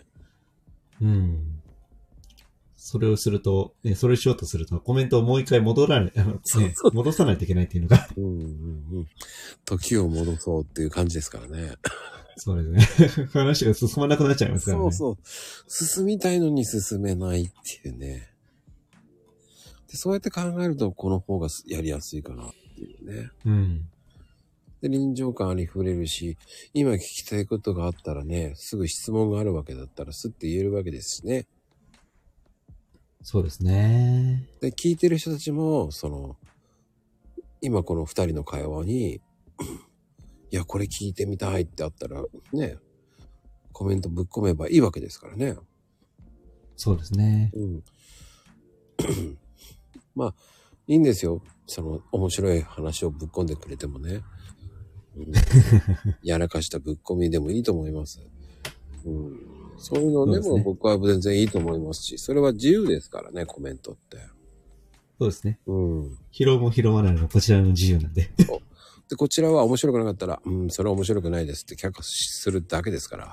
それをすると、それをしようとすると、コメントをもう一回戻さないといけないっていうのが。 時を戻そうっていう感じですからね。 そうですね。話が進まなくなっちゃいますからね。 そう。進みたいのに進めないっていうね。で、そうやって考えると、この方がやりやすいかなっていうね。で、臨場感ありふれるし、今聞きたいことがあったらね、すぐ質問があるわけだったら、すって言えるわけですしね。 そうですね。 で、聞いてる人たちも、今この二人の会話に、いや、これ聞いてみたいってあったら、ね、コメントぶっ込めばいいわけですからね。 そうですね。 まあ、いいんですよ。面白い話をぶっ込んでくれてもね。やらかしたぶっ込みでもいいと思います。そういうのでも僕は全然いいと思いますし、それは自由ですからね、コメントって。 そうですね。拾うも拾わないのもこちらの自由なんで。 で、こちらは面白くなかったら、それは面白くないですって却下するだけですから。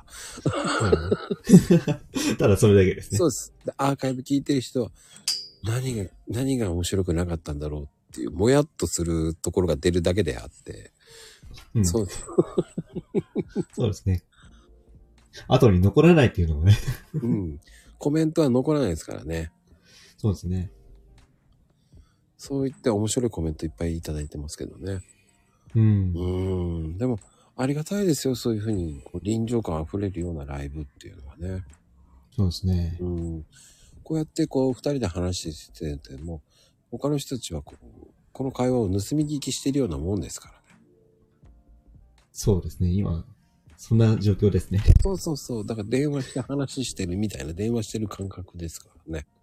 ただそれだけですね。 そうです。でアーカイブ聞いてる人は、何が面白くなかったんだろうっていう、もやっとするところが出るだけであって。 そうですね。後に残らないっていうのもね。 コメントは残らないですからね。 そうですね。 そう言って面白いコメントいっぱいいただいてますけどね。でも、ありがたいですよ。そういうふうに、臨場感あふれるようなライブっていうのはね。 そうですね。 こうやって二人で話してても、他の人たちはこの会話を盗み聞きしているようなもんですからね。 そうですね。今、そんな状況ですね。 そう。だから電話して話してるみたいな、電話してる感覚ですからね。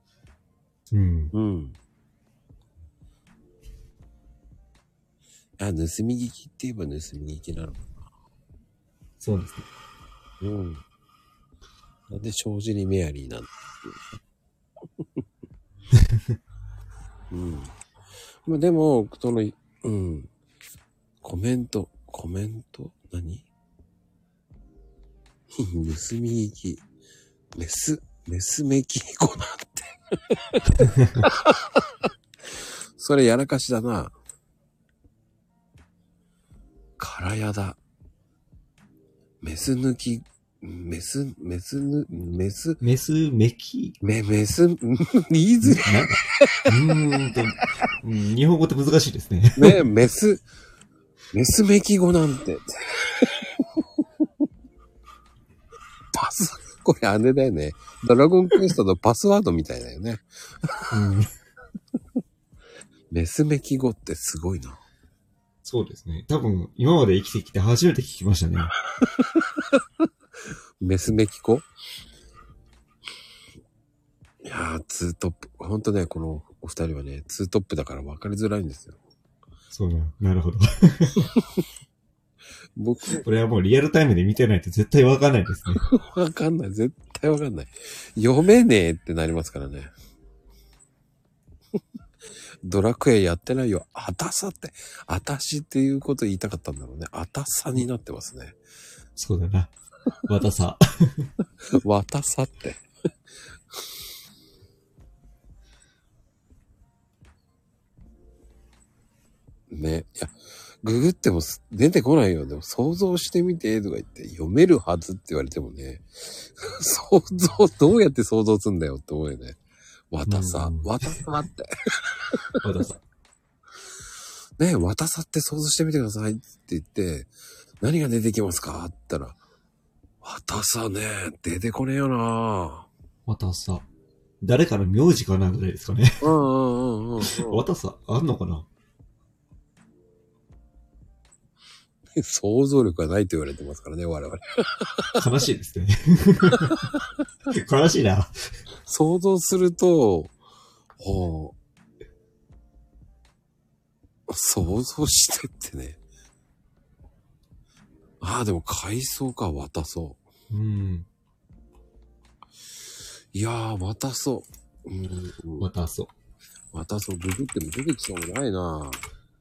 盗み聞きって言えば盗み聞きなのかな。 そうですね。 なんで正直にメアリーなんだっていう。まあでも、コメント何盗み聞き。メスメキ語なんて。それやらかしだな。からやだ。メス抜き、メスメキ、言いづらい。日本語って難しいですね。 メスメキ語なんて。これあれだよね。ドラゴンクエストのパスワードみたいだよね。メスメキ語ってすごいな。 そうですね。多分、今まで生きてきて初めて聞きましたね。 メスメキ語？いやー、ツートップ。ほんとね、このお二人はね、ツートップだから分かりづらいんですよ。 そうなるほど。 これはもうリアルタイムで見てないと絶対分かんないですね。 分かんない。絶対分かんない。読めねえってなりますからね。 ドラクエやってないよ。あたさって、あたしっていうこと言いたかったんだろうね。あたさになってますね。 そうだな。わたさ。 わたさって。ね。いや、ググっても出てこないよ。でも想像してみてとか言って読めるはずって言われてもね。想像、どうやって想像すんだよって思うよね。わたさ。わたさって。 わたさ。 ねえ、わたさって想像してみてくださいって言って、何が出てきますかって言ったら、わたさね、出てこねえよな。 わたさ。誰かの名字かなぐらいですかね。わたさ、あんのかな。 想像力がないと言われてますからね、我々。 悲しいですね。悲しいな。 想像すると、ほう、想像してってね。ああ、でも海藻か、渡そう。いやー、渡そう。 渡そう。 渡そう。ググっても出てきそうもないな。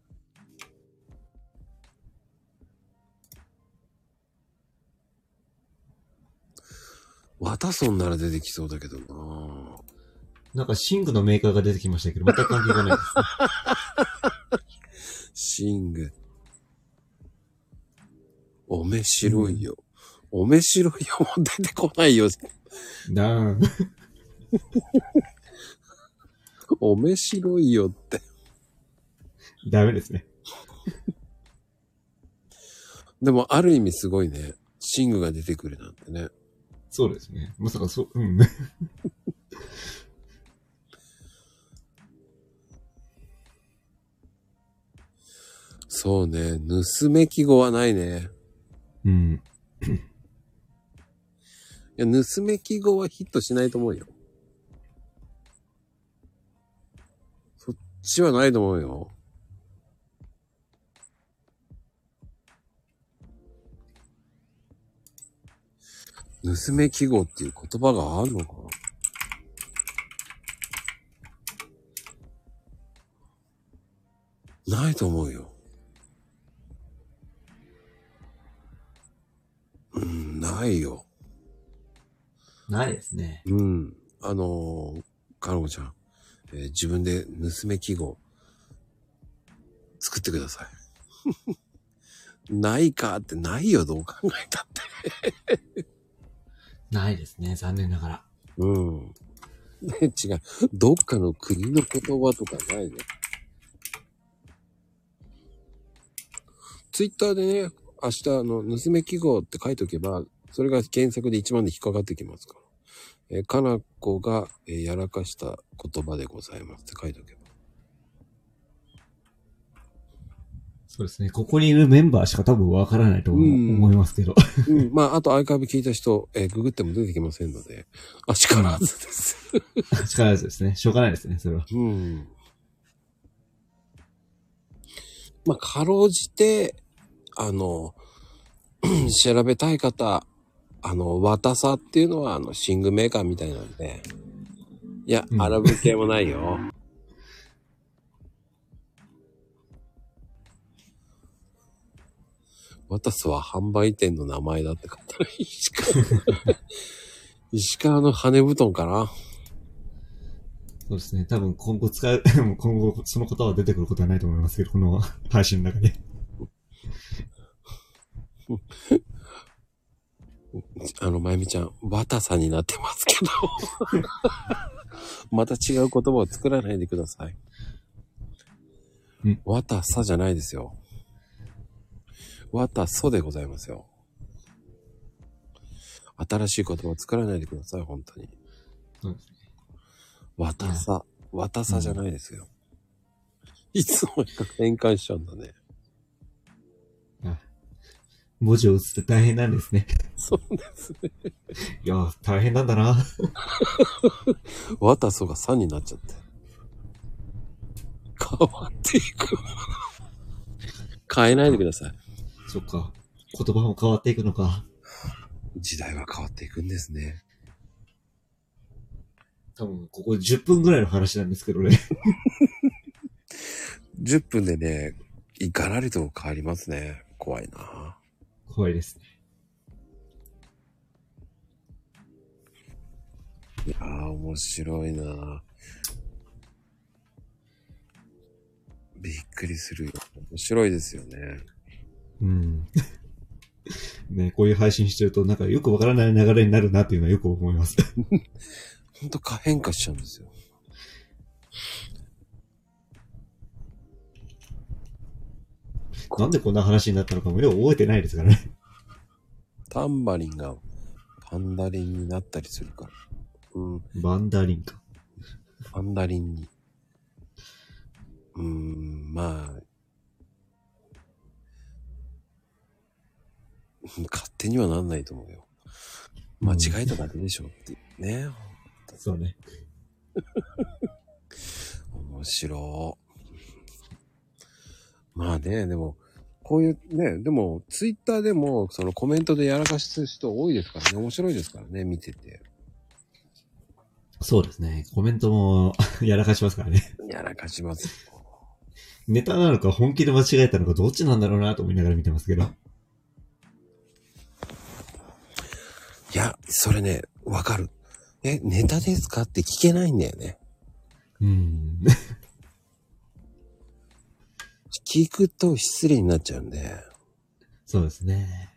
渡そうなら出てきそうだけどな。 なんかシングのメーカーが出てきましたけど、全く関係がないですね。 シング。おめ白いよ。おめ白いよもう出てこないよ。おめ白いよって。 ダメですね。 でもある意味すごいね。シングが出てくるなんてね。 そうですね。まさかそう、 そうね。盗め記号はないね。いや、盗め記号はヒットしないと思うよ。そっちはないと思うよ。盗め記号っていう言葉があるのかな？ないと思うよ。ないよ。 ないですね。 かのこちゃん、自分で盗め記号作ってください。ないかってないよ、どう考えたって。 ないですね、残念ながら。 ね、違う。どっかの国の言葉とかないね。ツイッターでね、明日盗め記号って書いておけば、それが検索で1番で引っかかってきますから。かなこが、やらかした言葉でございますって書いておけば。 そうですね。ここにいるメンバーしか多分わからないと思いますけど。 まあ、あとアーカイブ聞いた人、ググっても出てきませんので、力ずです。 力ずですね。しょうがないですね、それは。 まあ、かろうじて、調べたい方、わたさっていうのは、寝具メーカーみたいなんで、いや、アラブ系もないよ。ワタスは販売店の名前だって書いてある。石川の羽布団かな。 そうですね。多分今後今後その言葉は出てくることはないと思いますけど、この配信の中で。 まゆみちゃん、ワタサになってますけど。また違う言葉を作らないでください。ワタサじゃないですよ。ワタソでございますよ。新しい言葉を作らないでください、本当に。 そうですね。 ワタサじゃないですよ。いつも変換しちゃうんだね。 文字を打つって大変なんですね。 そうですね。 いや、大変なんだな。 ワタソが3になっちゃって。変わっていく。変えないでください。 そっか。言葉も変わっていくのか。 時代は変わっていくんですね。 多分、ここ10分ぐらいの話なんですけどね。 10分でね、ガラリと変わりますね。怖いな。 怖いですね。 いやー、面白いな。びっくりするよ。面白いですよね。 うん。ね、こういう配信してると、なんかよくわからない流れになるなっていうのはよく思います。 ほんと変化しちゃうんですよ。 なんでこんな話になったのかもよく覚えてないですからね。 タンバリンがパンダリンになったりするから。うん。 バンダリンか。 パンダリンに。まあ。勝手にはなんないと思うよ。間違えただけでしょってね。 そうね。 面白い。まあね、でも、こういうね、でも、ツイッターでも、そのコメントでやらかす人多いですからね、面白いですからね、見てて。 そうですね。コメントもやらかしますからね。 やらかします。 ネタなのか本気で間違えたのかどっちなんだろうなと思いながら見てますけど。 いや、それね、わかる。ネタですかって聞けないんだよね。聞くと失礼になっちゃうんで。 そうですね。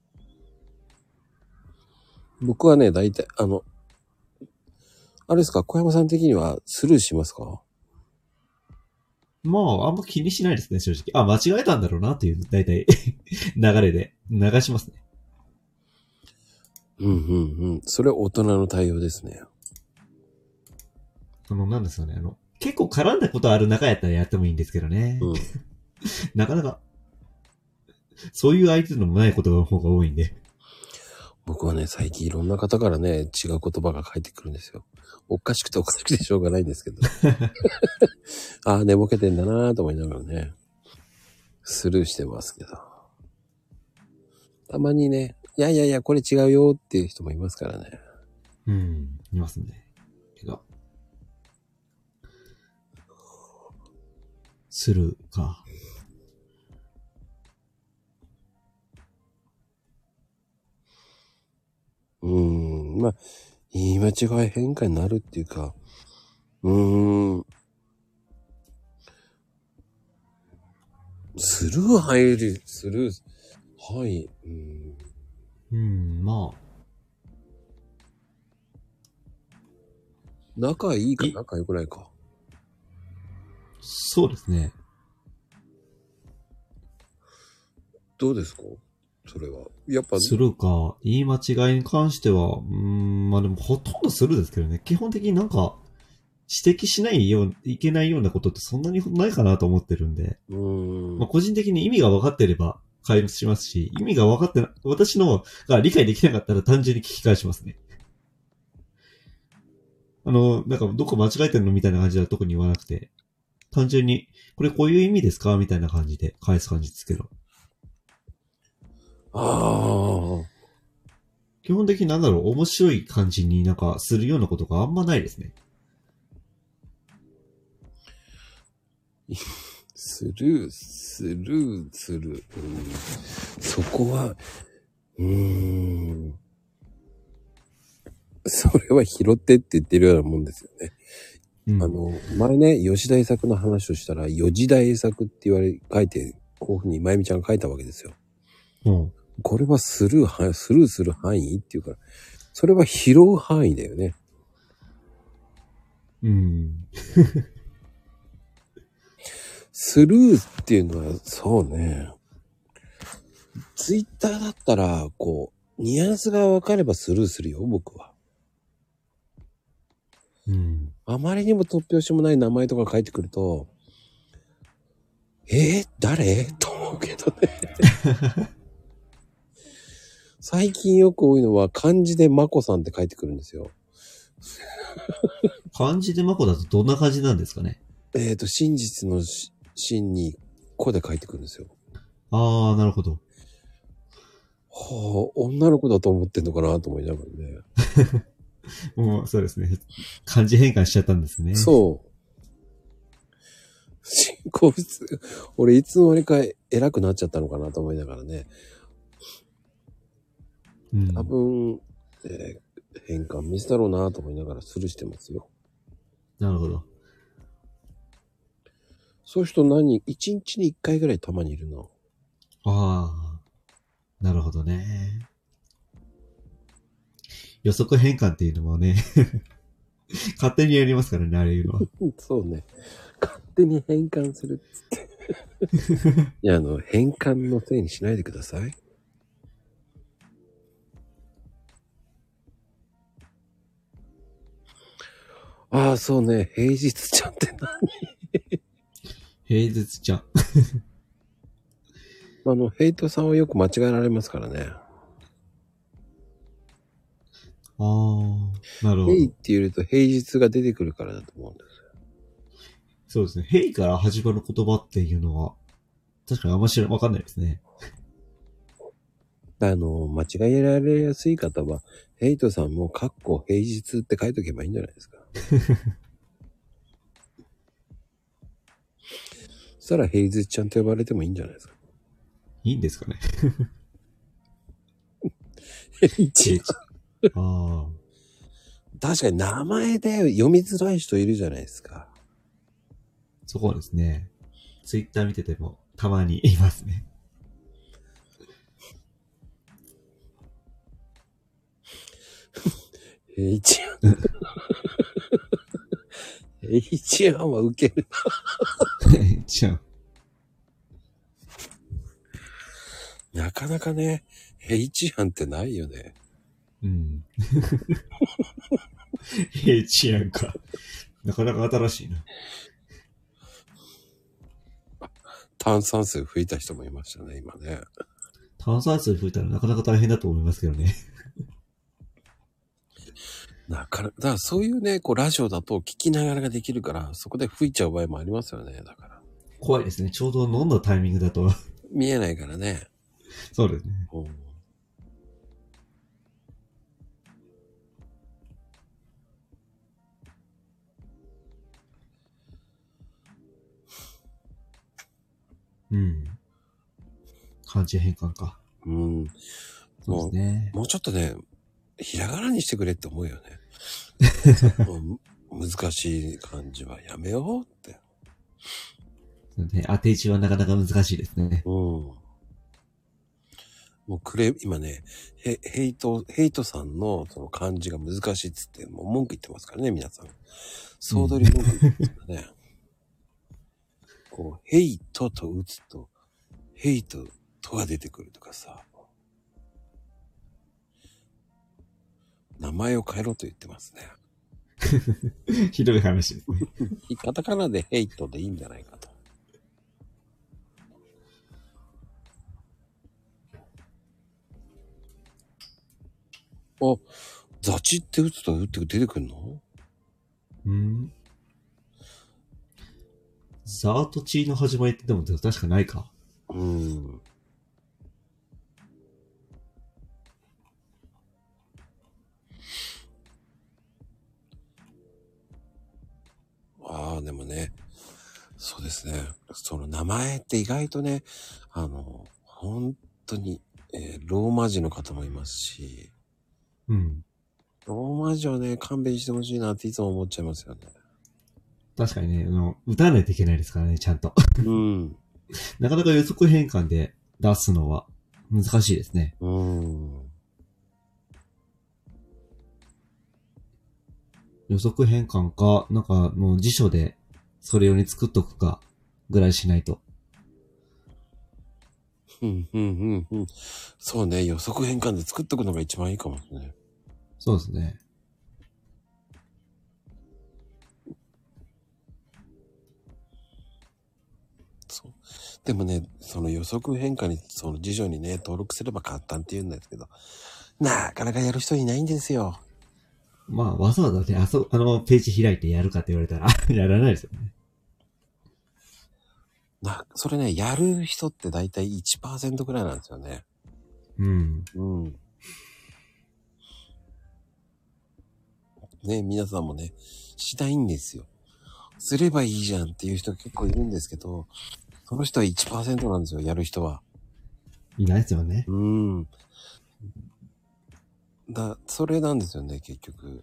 僕はね、大体、あれですか、小山さん的にはスルーしますか？ まあ、あんま気にしないですね、正直。あ、間違えたんだろうなっていう、大体流れで流しますね。 それ大人の対応ですね。 なんですかね、結構絡んだことある中やったらやってもいいんですけどね。なかなか、そういう相手のもないことの方が多いんで。 僕はね、最近いろんな方からね、違う言葉が返ってくるんですよ。おかしくてしょうがないんですけど。ああ、寝ぼけてんだなぁと思いながらね、スルーしてますけど。たまにね、いやいやいや、これ違うよっていう人もいますからね。 いますね。けど。スルーか。 まあ、言い間違い変化になるっていうか、スルー入る、スルー、はい、 まあ。 仲いいか仲良くないか。 そうですね。 どうですかそれは。やっぱ。 スルーか。言い間違いに関しては、まあでもほとんどスルーですけどね。基本的になんか、指摘しないよう、いけないようなことってそんなにないかなと思ってるんで。まあ個人的に意味が分かってれば返しますし、意味が分かって私のが理解できなかったら単純に聞き返しますね。なんかどこ間違えてるのみたいな感じは特に言わなくて、単純に、これこういう意味ですかみたいな感じで返す感じですけど。基本的になんだろう、面白い感じになんかするようなことがあんまないですね。 スルー。そこは、それは拾ってって言ってるようなもんですよね。前ね、吉田栄作の話をしたら、吉田栄作って書いて、こういうふうにまゆみちゃんが書いたわけですよ。これはスルーする範囲っていうから、それは拾う範囲だよね。スルーっていうのは、そうね。ツイッターだったら、こう、ニュアンスが分かればスルーするよ、僕は。あまりにも突拍子もない名前とか書いてくると、誰と思うけどね。最近よく多いのは漢字でまこさんって書いてくるんですよ。 漢字でまこだとどんな感じなんですかね。 真実の真にこで書いてくるんですよ。 ああ、なるほど。 女の子だと思ってんのかなと思いながらね。 もうそうですね。漢字変換しちゃったんですね。 そう。 個室、俺いつの間にか偉くなっちゃったのかなと思いながらね。多分、変換ミスだろうなと思いながらスルーしてますよ。 なるほど。 そういう人一日に一回ぐらいたまにいるの。 ああ、なるほどね。予測変換っていうのもね、勝手にやりますからね、あれいうのは。 そうね。勝手に変換するっつって。いや、変換のせいにしないでください。ああ、そうね。平日ちゃんって何？ 平日ちゃん。 ヘイトさんはよく間違えられますからね。 ああ、なるほど。 ヘイって言うと平日が出てくるからだと思うんですよ。 そうですね。ヘイから始まる言葉っていうのは、確かにあんまわかんないですね。 間違えられやすい方は、ヘイトさんもカッコ平日って書いとけばいいんじゃないですか。そしたら平日ちゃんと呼ばれてもいいんじゃないですか。 いいんですかね。 平日。 ああ。 確かに名前で読みづらい人いるじゃないですか。 そこですね。ツイッター見ててもたまにいますね。 H 案。H 案は受けるじゃあ。 なかなかね、H 案ってないよね。 うん。H やんか。なかなか新しいな。 炭酸水吹いた人もいましたね、今ね。 炭酸水吹いたらなかなか大変だと思いますけどね。 だからそういうね、ラジオだと聞きながらができるから、そこで吹いちゃう場合もありますよね、だから。 怖いですね。ちょうど飲んだタイミングだと。 見えないからね。 そうですね。うん。漢字変換か。 うん。 そうですね。 もうちょっとね、ひらがなにしてくれって思うよね。難しい漢字はやめようって。 そうね。当て字はなかなか難しいですね。 もう今ね、ヘイトさんのその漢字が難しいっつって、もう文句言ってますからね、皆さん。総取り文句言ってますからね。ヘイトと打つと、ヘイトとが出てくるとかさ。名前を変えろと言ってますね。 ひどい話ですね。 カタカナでヘイトでいいんじゃないかと。ザチって打つと出てくるの？ ザートチーの始まりってでも確かないか。 でもね、そうですね。その名前って意外とね、本当に、ローマ字の方もいますし、ローマ字はね、勘弁してほしいなっていつも思っちゃいますよね。 確かにね、歌わないといけないですからね、ちゃんと。なかなか予測変換で出すのは難しいですね。予測変換か、なんかもう辞書でそれ用に作っとくかぐらいしないと。 そうね、予測変換で作っとくのが一番いいかもしれない。 そうですね。 そう。でもね、その予測変換に、その辞書にね、登録すれば簡単って言うんですけど、なかなかやる人いないんですよ。 まあ、わざわざね、ページ開いてやるかって言われたらやらないですよね。 それね、やる人ってだいたい 1% くらいなんですよね。ね、皆さんもね、しないんですよ。 すればいいじゃんっていう人結構いるんですけど、その人は 1% なんですよ、やる人は。 いないですよね。 それなんですよね、結局。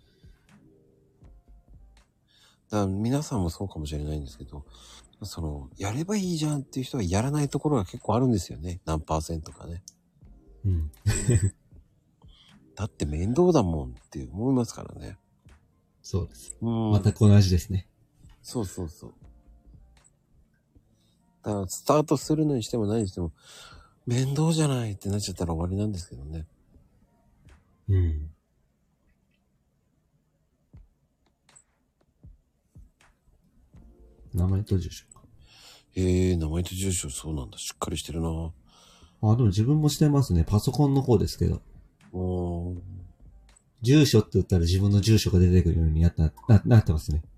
皆さんもそうかもしれないんですけど、やればいいじゃんっていう人はやらないところが結構あるんですよね。何%かね。 うん。 だって面倒だもんって思いますからね。 そうです。全く同じですね。 そうそうそう。だからスタートするのにしても何にしても面倒じゃないってなっちゃったら終わりなんですけどね。 うん。名前と住所か。 名前と住所そうなんだ。しっかりしてるな。 でも自分もしてますね。パソコンの方ですけど。住所って言ったら自分の住所が出てくるようになってますね。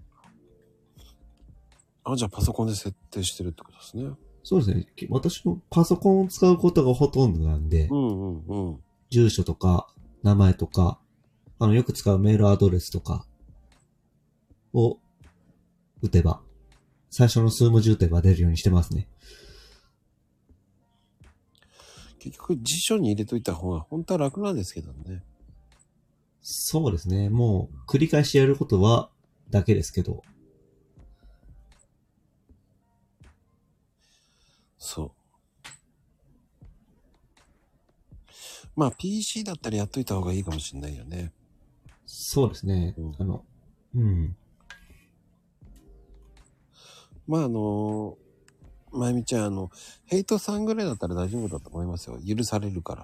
じゃあパソコンで設定してるってことですね。 そうですね。私もパソコンを使うことがほとんどなんで、住所とか名前とか、よく使うメールアドレスとかを打てば、最初の数文字打てば出るようにしてますね。 結局辞書に入れといた方が本当は楽なんですけどね。 そうですね。もう繰り返しやることはだけですけど。 そう。PC だったらやっといた方がいいかもしれないよね。 そうですね。 まゆみちゃん、ヘイトさんぐらいだったら大丈夫だと思いますよ。許されるから。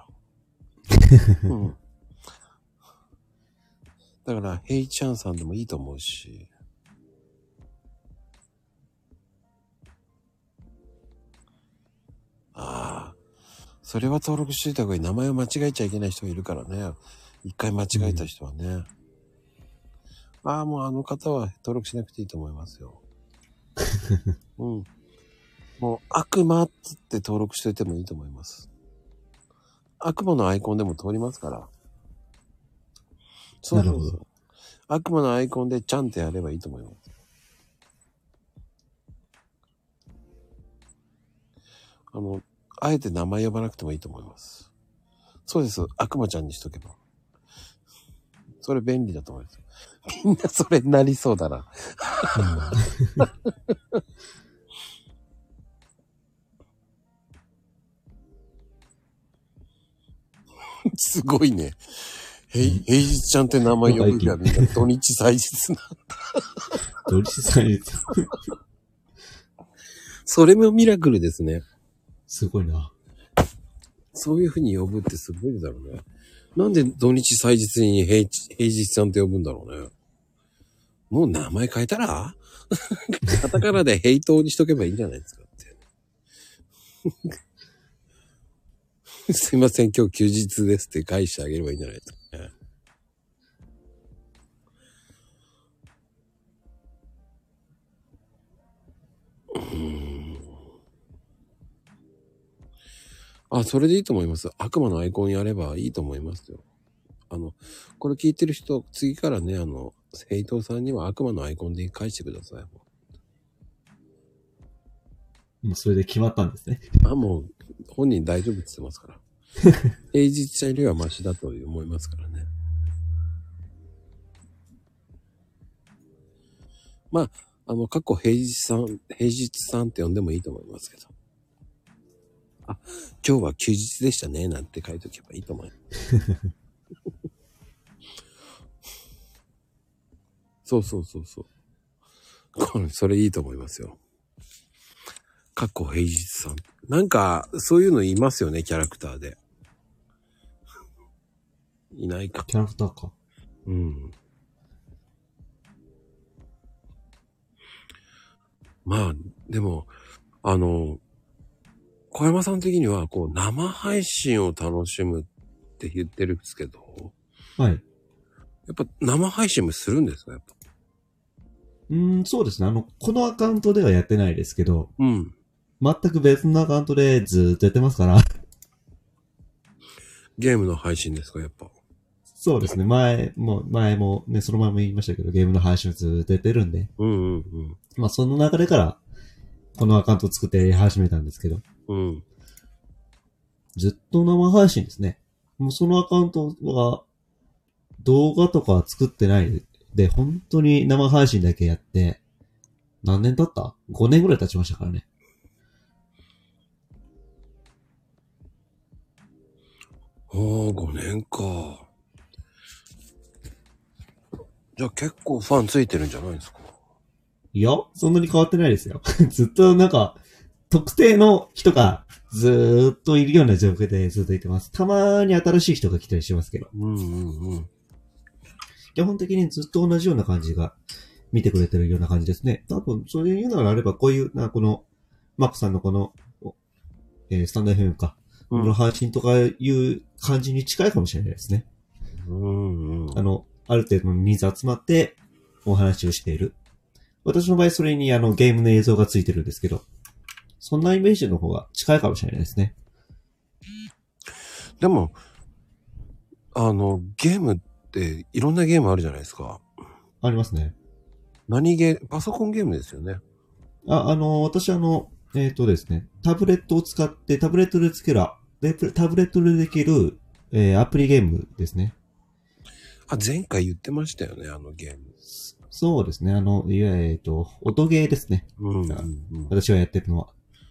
だから、ヘイちゃんさんでもいいと思うし。それは登録しといた方がいい。名前を間違えちゃいけない人がいるからね。一回間違えた人はね。もうあの方は登録しなくていいと思いますよ。もう悪魔っつって登録しといてもいいと思います。悪魔のアイコンでも通りますから。 なるほど。 悪魔のアイコンでちゃんとやればいいと思います。あえて名前呼ばなくてもいいと思います。そうです。悪魔ちゃんにしとけば。それ便利だと思います。みんなそれになりそうだな。すごいね。平日ちゃんって名前呼ぶがみんな土日祭日なんだ。 土日祭日。 それもミラクルですね。 すごいな。 そういう風に呼ぶってすごいだろうね。なんで土日祭日に平日ちゃんって呼ぶんだろうね。もう名前変えたらカタカナで平等にしとけばいいんじゃないですかって。すいません、今日休日ですって返してあげればいいんじゃないですかね。それでいいと思います。悪魔のアイコンやればいいと思いますよ。これ聞いてる人、次からね、ヘイトさんには悪魔のアイコンで返してください。 もうそれで決まったんですね。 もう、本人大丈夫って言ってますから。平日者よりはマシだと思いますからね。過去平日さんって呼んでもいいと思いますけど。今日は休日でしたね、なんて書いとけばいいと思います。そう。それいいと思いますよ。過去平日さん。なんか、そういうのいますよね、キャラクターで。いないか。 キャラクターか。 でも、小山さん的には、生配信を楽しむって言ってるんですけど。 はい。 やっぱ、生配信もするんですか、やっぱ。 そうですね。このアカウントではやってないですけど。全く別のアカウントでずーっとやってますから。 ゲームの配信ですか、やっぱ。 そうですね。前もね、そのまま言いましたけど、ゲームの配信ずっと出てるんで。 うんうんうん。 まあ、その流れから、このアカウントを作ってやり始めたんですけど。 うん。 ずっと生配信ですね。もうそのアカウントは、動画とかは作ってないで、本当に生配信だけやって、何年経った ?5 年ぐらい経ちましたからね。 5年か。じゃあ結構ファンついてるんじゃないですか？ いや、そんなに変わってないですよ。ずっとなんか、特定の人がずーっといるような状況で続いてます。たまに新しい人が来たりしますけど。 うんうんうん。 基本的にずっと同じような感じが見てくれてるような感じですね。多分、それ言うのであれば、こういう、この、マックさんのこの、スタンド FM か、この配信とかいう感じに近いかもしれないですね。 うんうん。 ある程度の人数集まってお話をしている。私の場合、それにゲームの映像がついてるんですけど、そんなイメージの方が近いかもしれないですね。 でも、ゲームっていろんなゲームあるじゃないですか。 ありますね。 パソコンゲームですよね。 私ですね、タブレットを使って、タブレットでできる、アプリゲームですね。 前回言ってましたよね、ゲーム。 そうですね、音ゲーですね。 うんうんうん、 私がやってるのは。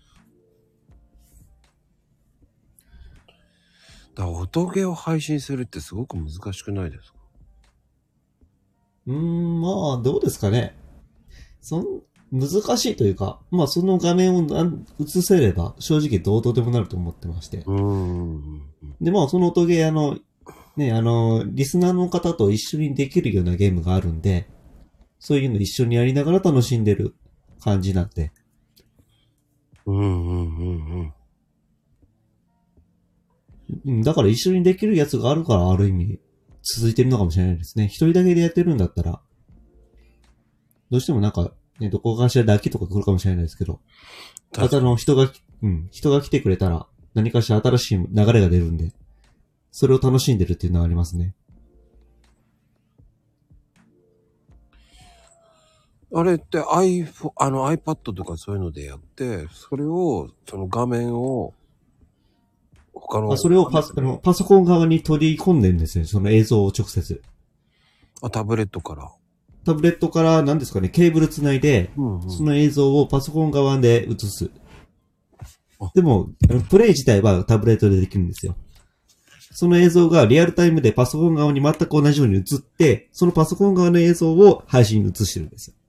だから音ゲーを配信するってすごく難しくないですか？ まあ、どうですかね。難しいというか、まあその画面を映せれば正直どうとでもなると思ってまして。で、まあその音ゲーリスナーの方と一緒にできるようなゲームがあるんで、そういうの一緒にやりながら楽しんでる感じなんで。だから一緒にできるやつがあるからある意味続いてるのかもしれないですね。一人だけでやってるんだったら、どうしてもなんか、ね、どこかしらで飽きとか来るかもしれないですけど、人が来てくれたら何かしら新しい流れが出るんで、それを楽しんでるっていうのはありますね。 あれって iPad とかそういうのでやって、それを、その画面を、 それをパソコン側に取り込んでるんですよ。その映像を直接。 タブレットから。 タブレットから何ですかね、ケーブルつないで、その映像をパソコン側で映す。でも、プレイ自体はタブレットでできるんですよ。その映像がリアルタイムでパソコン側に全く同じように映って、そのパソコン側の映像を配信に映してるんですよ。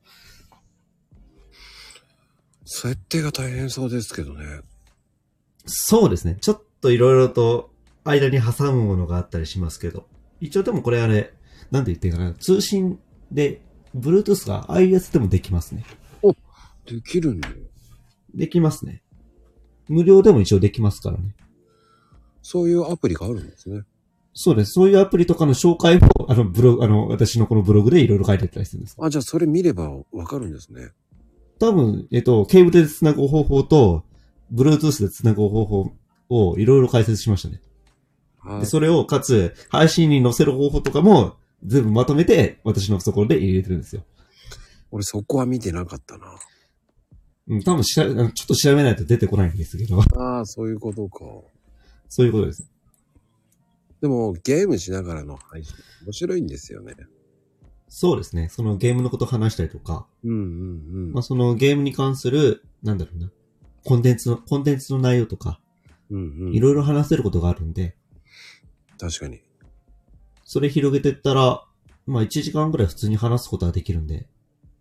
設定が大変そうですけどね。 そうですね。ちょっといろいろと間に挟むものがあったりしますけど。一応でもこれなんて言っていいかな。通信で、Bluetooth が iOS でもできますね。 できるんだよ。 できますね。無料でも一応できますからね。 そういうアプリがあるんですね。 そうです。そういうアプリとかの紹介を、私のこのブログでいろいろ書いてあったりするんです。 じゃあそれ見ればわかるんですね。 多分、ケーブルで繋ぐ方法と、Bluetooth で繋ぐ方法をいろいろ解説しましたね。でそれを、かつ、配信に載せる方法とかも、全部まとめて、私のところで入れてるんですよ。 俺そこは見てなかったな。 多分ちょっと調べないと出てこないんですけど。 そういうことか。 そういうことです。 でも、ゲームしながらの配信、面白いんですよね。 そうですね。そのゲームのこと話したりとか。まあ、そのゲームに関する、なんだろうな。コンテンツの内容とか。いろいろ話せることがあるんで。 確かに。 それ広げてったら、まあ1時間くらい普通に話すことができるんで。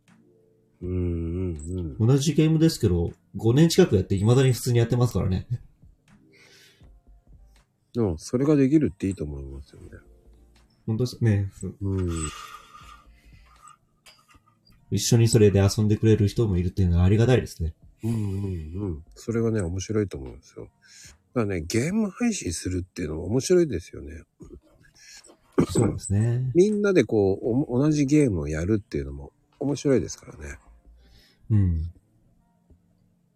同じゲームですけど、5年近くやって未だに普通にやってますからね。 でも、それができるっていいと思いますよね。 本当ですね。一緒にそれで遊んでくれる人もいるっていうのはありがたいですね。 それがね、面白いと思うんですよ。だからね、ゲーム配信するっていうのも面白いですよね。 そうですね。 みんなで同じゲームをやるっていうのも面白いですからね。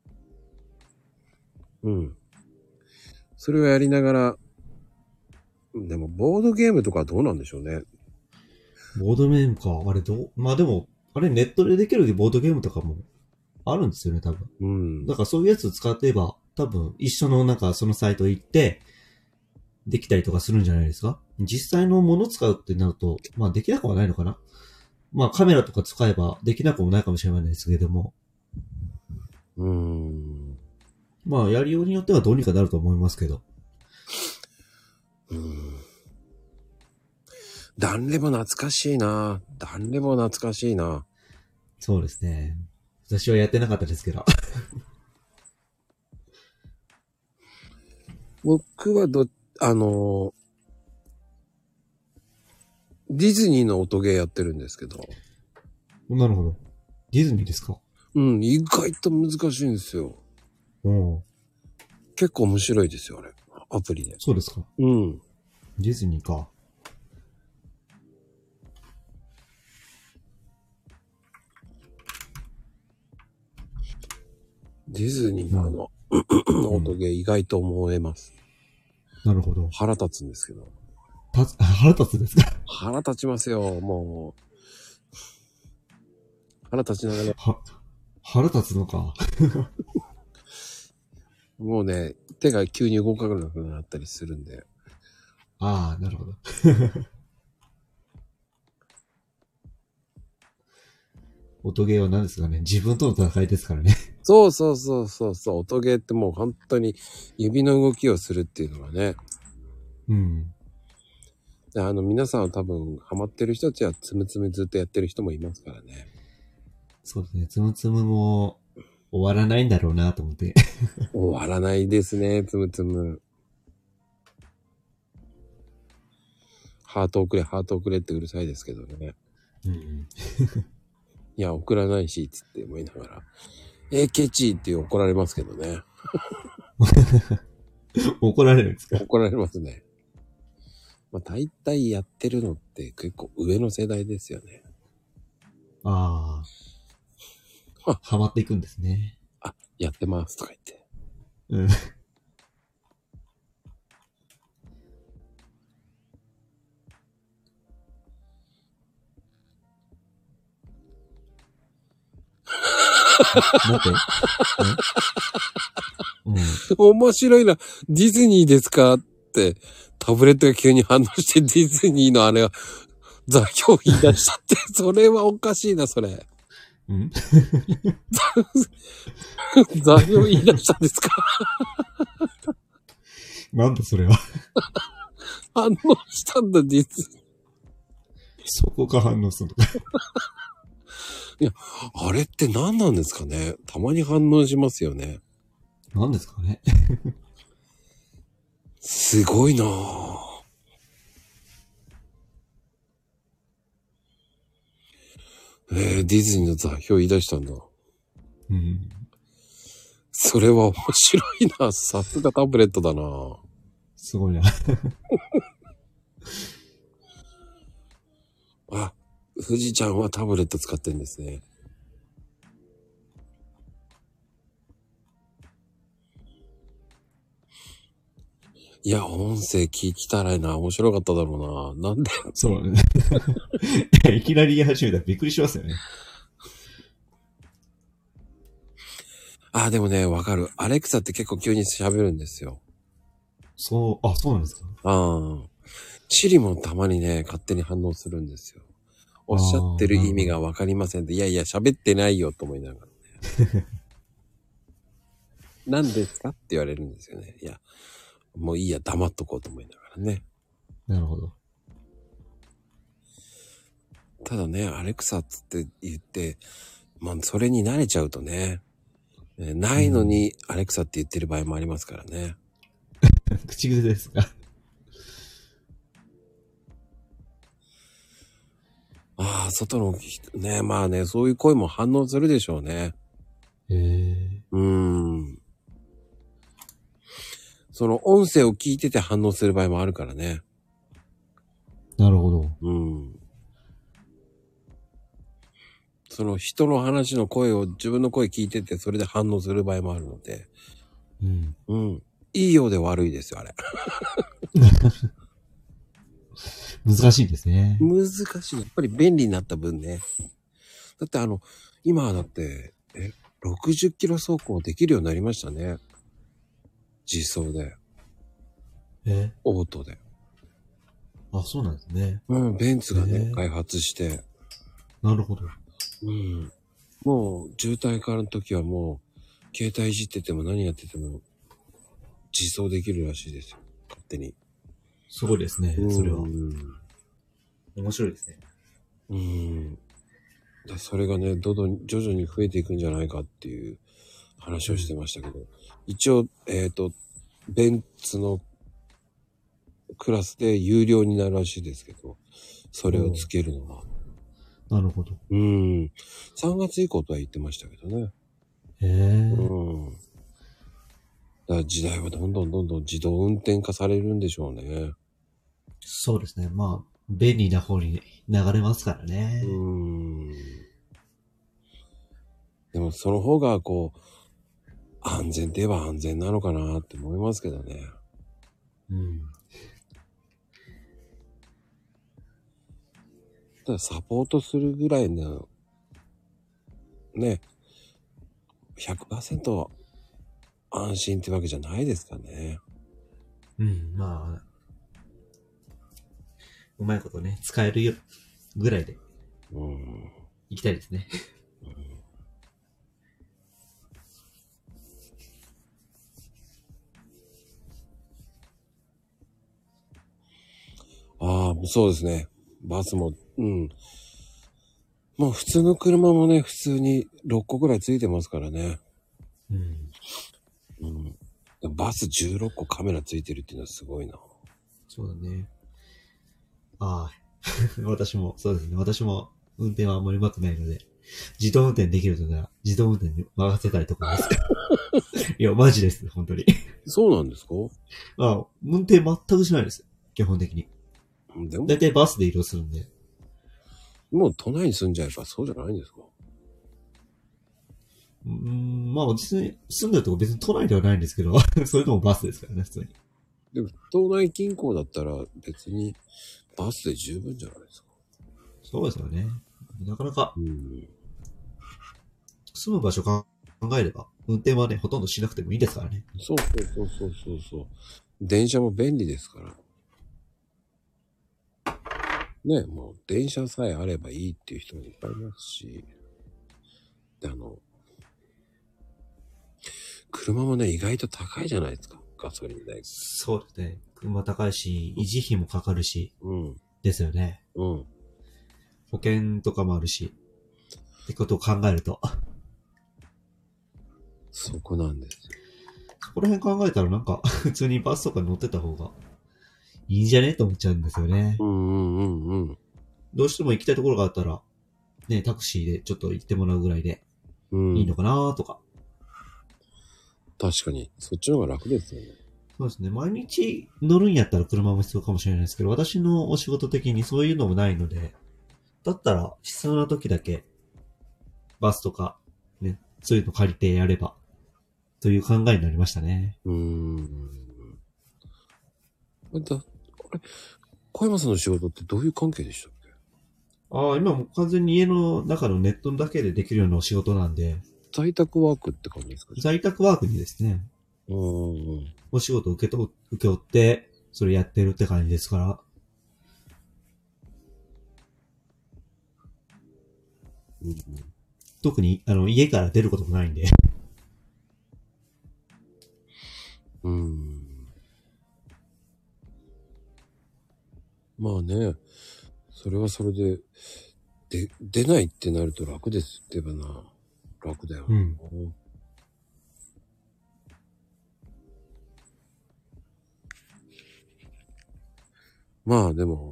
それをやりながら、 でも、ボードゲームとかどうなんでしょうね。 ボードゲームか。あれまあでも、あれネットでできるボードゲームとかもあるんですよね、多分。 うん。 だからそういうやつ使ってれば、多分一緒のなんかそのサイト行って、できたりとかするんじゃないですか。実際のもの使うってなると、まあできなくはないのかな。まあカメラとか使えばできなくもないかもしれないですけれども。まあやりようによってはどうにかなると思いますけど。 ダンレボ懐かしいな。ダンレボ懐かしいな。 そうですね。私はやってなかったですけど。 僕はディズニーの音ゲーやってるんですけど。 なるほど。ディズニーですか？ うん、意外と難しいんですよ。結構面白いですよ、あれ。アプリで。 そうですか。 うん。 ディズニーか。 ディズニーの音ゲー意外と思えます。 なるほど。 腹立つんですけど。 腹立つですか？ 腹立ちますよ、もう。腹立ちながら。 腹立つのか。 もうね、手が急に動かなくなったりするんで。 ああ、なるほど。音ゲーは何ですかね。自分との戦いですからね。 そう。音ゲーってもう本当に指の動きをするっていうのがね。 うん。 皆さんは多分ハマってる人たちはつむつむずっとやってる人もいますからね。 そうですね。つむつむも終わらないんだろうなと思って。 終わらないですね、つむつむ。ハート送れってうるさいですけどね。 うん。 いや、送らないし、つって思いながら。ケチって怒られますけどね。 怒られるんですか？ 怒られますね。まあ、大体やってるのって結構上の世代ですよね。 ああ。ハマっていくんですね。 あ、やってますとか言って。 うん。なんて？ 面白いな。ディズニーですかってタブレットが急に反応してディズニーのあれは座標言い出したって、それはおかしいな、それ。座標言い出したんですか？ なんだそれは。 反応したんだ、ディズニー。 そこが反応するのか。 いや、あれって何なんですかね。たまに反応しますよね。 何ですかね。 すごいなぁ。ディズニーの座標言い出したんだ。 うん。 それは面白いな。さすがタブレットだな。 すごいな。 あ、富士ちゃんはタブレット使ってるんですね。いや、音声聞きたらいな。面白かっただろうな。なんでそうね。いきなり言い始めたらびっくりしますよね。 あ、でもね、わかる。アレクサって結構急に喋るんですよ。 そうなんですか。 シリもたまにね、勝手に反応するんですよ。おっしゃってる意味がわかりませんって。いやいや、喋ってないよと思いながらね。何ですかって言われるんですよね。いや、もういいや、黙っとこうと思いながらね。 なるほど。 ただね、アレクサって言って、まあ、それに慣れちゃうとね、ないのにアレクサって言ってる場合もありますからね。 口癖ですか。 外のね、まあね、そういう声も反応するでしょうね。その音声を聞いてて反応する場合もあるからね。 なるほど。 その人の話の声を自分の声聞いててそれで反応する場合もあるので。いいようで悪いですよ、あれ。 難しいんですね。 難しい。やっぱり便利になった分ね。だって今はだって、60キロ走行できるようになりましたね。自走で。オートで。 あ、そうなんですね。 うん、ベンツがね、開発して。 なるほど。 うん。もう、渋滞からの時はもう、携帯いじってても何やってても、自走できるらしいですよ。勝手に。 すごいですね、それは。面白いですね。それがね、徐々に増えていくんじゃないかっていう話をしてましたけど、一応、ベンツのクラスで有料になるらしいですけど、それをつけるのは。 なるほど。 3月以降とは言ってましたけどね。だから時代はどんどん自動運転化されるんでしょうね。 そうですね。まあ、便利な方に流れますからね。 でもその方が安全といえば安全なのかなって思いますけどね。ただサポートするぐらいの、ね、100% 安心ってわけじゃないですかね。 まあ、うまいことね、使えるよ、ぐらいで、行きたいですね。そうですね。バスも、もう普通の車もね、普通に6個ぐらいついてますからね。バス16個カメラついてるっていうのはすごいな。 そうだね。私も、そうですね。私も運転はあんまり上手くないので、自動運転できるとなら、自動運転に任せたいところです。いや、マジです、本当に。 そうなんですか？ 運転全くしないです。基本的に。 でもだいたいバスで移動するんで。 もう都内に住んじゃえばそうじゃないんですか？ まあ実に住んでるとこ別に都内ではないんですけど、それでもバスですからね、普通に。 でも都内近郊だったら別にバスで十分じゃないですか。 そうですよね。なかなか、住む場所考えれば、運転はね、ほとんどしなくてもいいですからね。 そう。電車も便利ですから。ね、もう電車さえあればいいっていう人もいっぱいいますし。で、車もね、意外と高いじゃないですか。ガソリン代。 そうですね。車高いし、維持費もかかるし。ですよね。保険とかもあるし。ってことを考えると。 そこなんですよ。 そこら辺考えたらなんか、普通にバスとか乗ってた方がいいんじゃねと思っちゃうんですよね。どうしても行きたいところがあったら、ね、タクシーでちょっと行ってもらうぐらいで、いいのかなとか。 確かに。そっちの方が楽ですよね。 そうですね。毎日乗るんやったら車も必要かもしれないですけど、私のお仕事的にそういうのもないので、だったら必要な時だけ、バスとか、ね、そういうの借りてやれば、という考えになりましたね。 小山さんの仕事ってどういう関係でしたっけ？ 今もう完全に家の中のネットだけでできるようなお仕事なんで。 在宅ワークって感じですか？ 在宅ワークにですね。お仕事を受け負って、それやってるって感じですから。特に、家から出ることもないんで。 まあね、それはそれで、出ないってなると楽ですって言えばな。楽だよな。まあでも、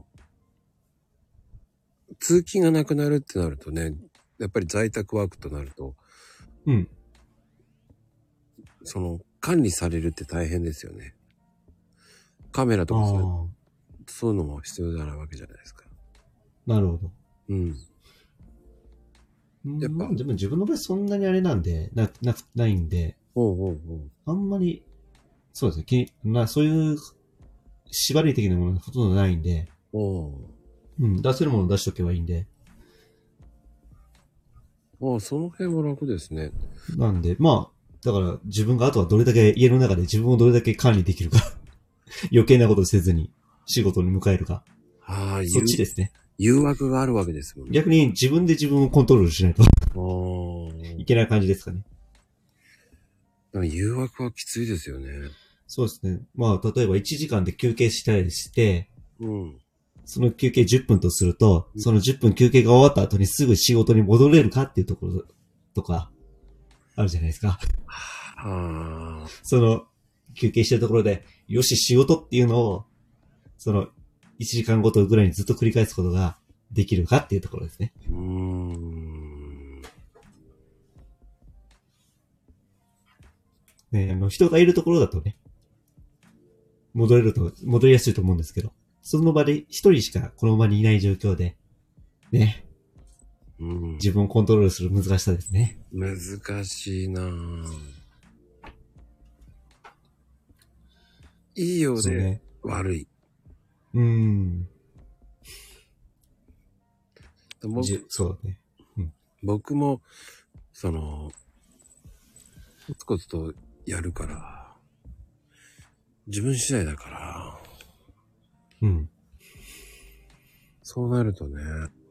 通勤がなくなるってなるとね、やっぱり在宅ワークとなると、管理されるって大変ですよね。カメラとかそういうのも必要じゃないわけじゃないですか。 なるほど。 やっぱ、 でも自分の場合そんなにあれなんで、ないんで、あんまり、そうですね、そういう縛り的なものがほとんどないんで、 出せるもの出しとけばいいんで。 その辺は楽ですね。 なんで、まあ、だから自分があとはどれだけ家の中で自分をどれだけ管理できるか。余計なことせずに仕事に迎えるか。そっちですね。 誘惑があるわけですもんね。 逆に自分で自分をコントロールしないといけない感じですかね。 でも誘惑はきついですよね。 そうですね。まあ、例えば1時間で休憩したりして、その休憩10分とすると、その10分休憩が終わった後にすぐ仕事に戻れるかっていうところとか、あるじゃないですか。その休憩してるところで、よし仕事っていうのを、その1時間ごとぐらいにずっと繰り返すことができるかっていうところですね。人がいるところだとね、戻りやすいと思うんですけど、その場で一人しかこの場にいない状況で、ね、自分をコントロールする難しさですね。 難しいなぁ。いいようで悪い。 そうね。 僕も、コツコツとやるから、自分次第だから、そうなるとね、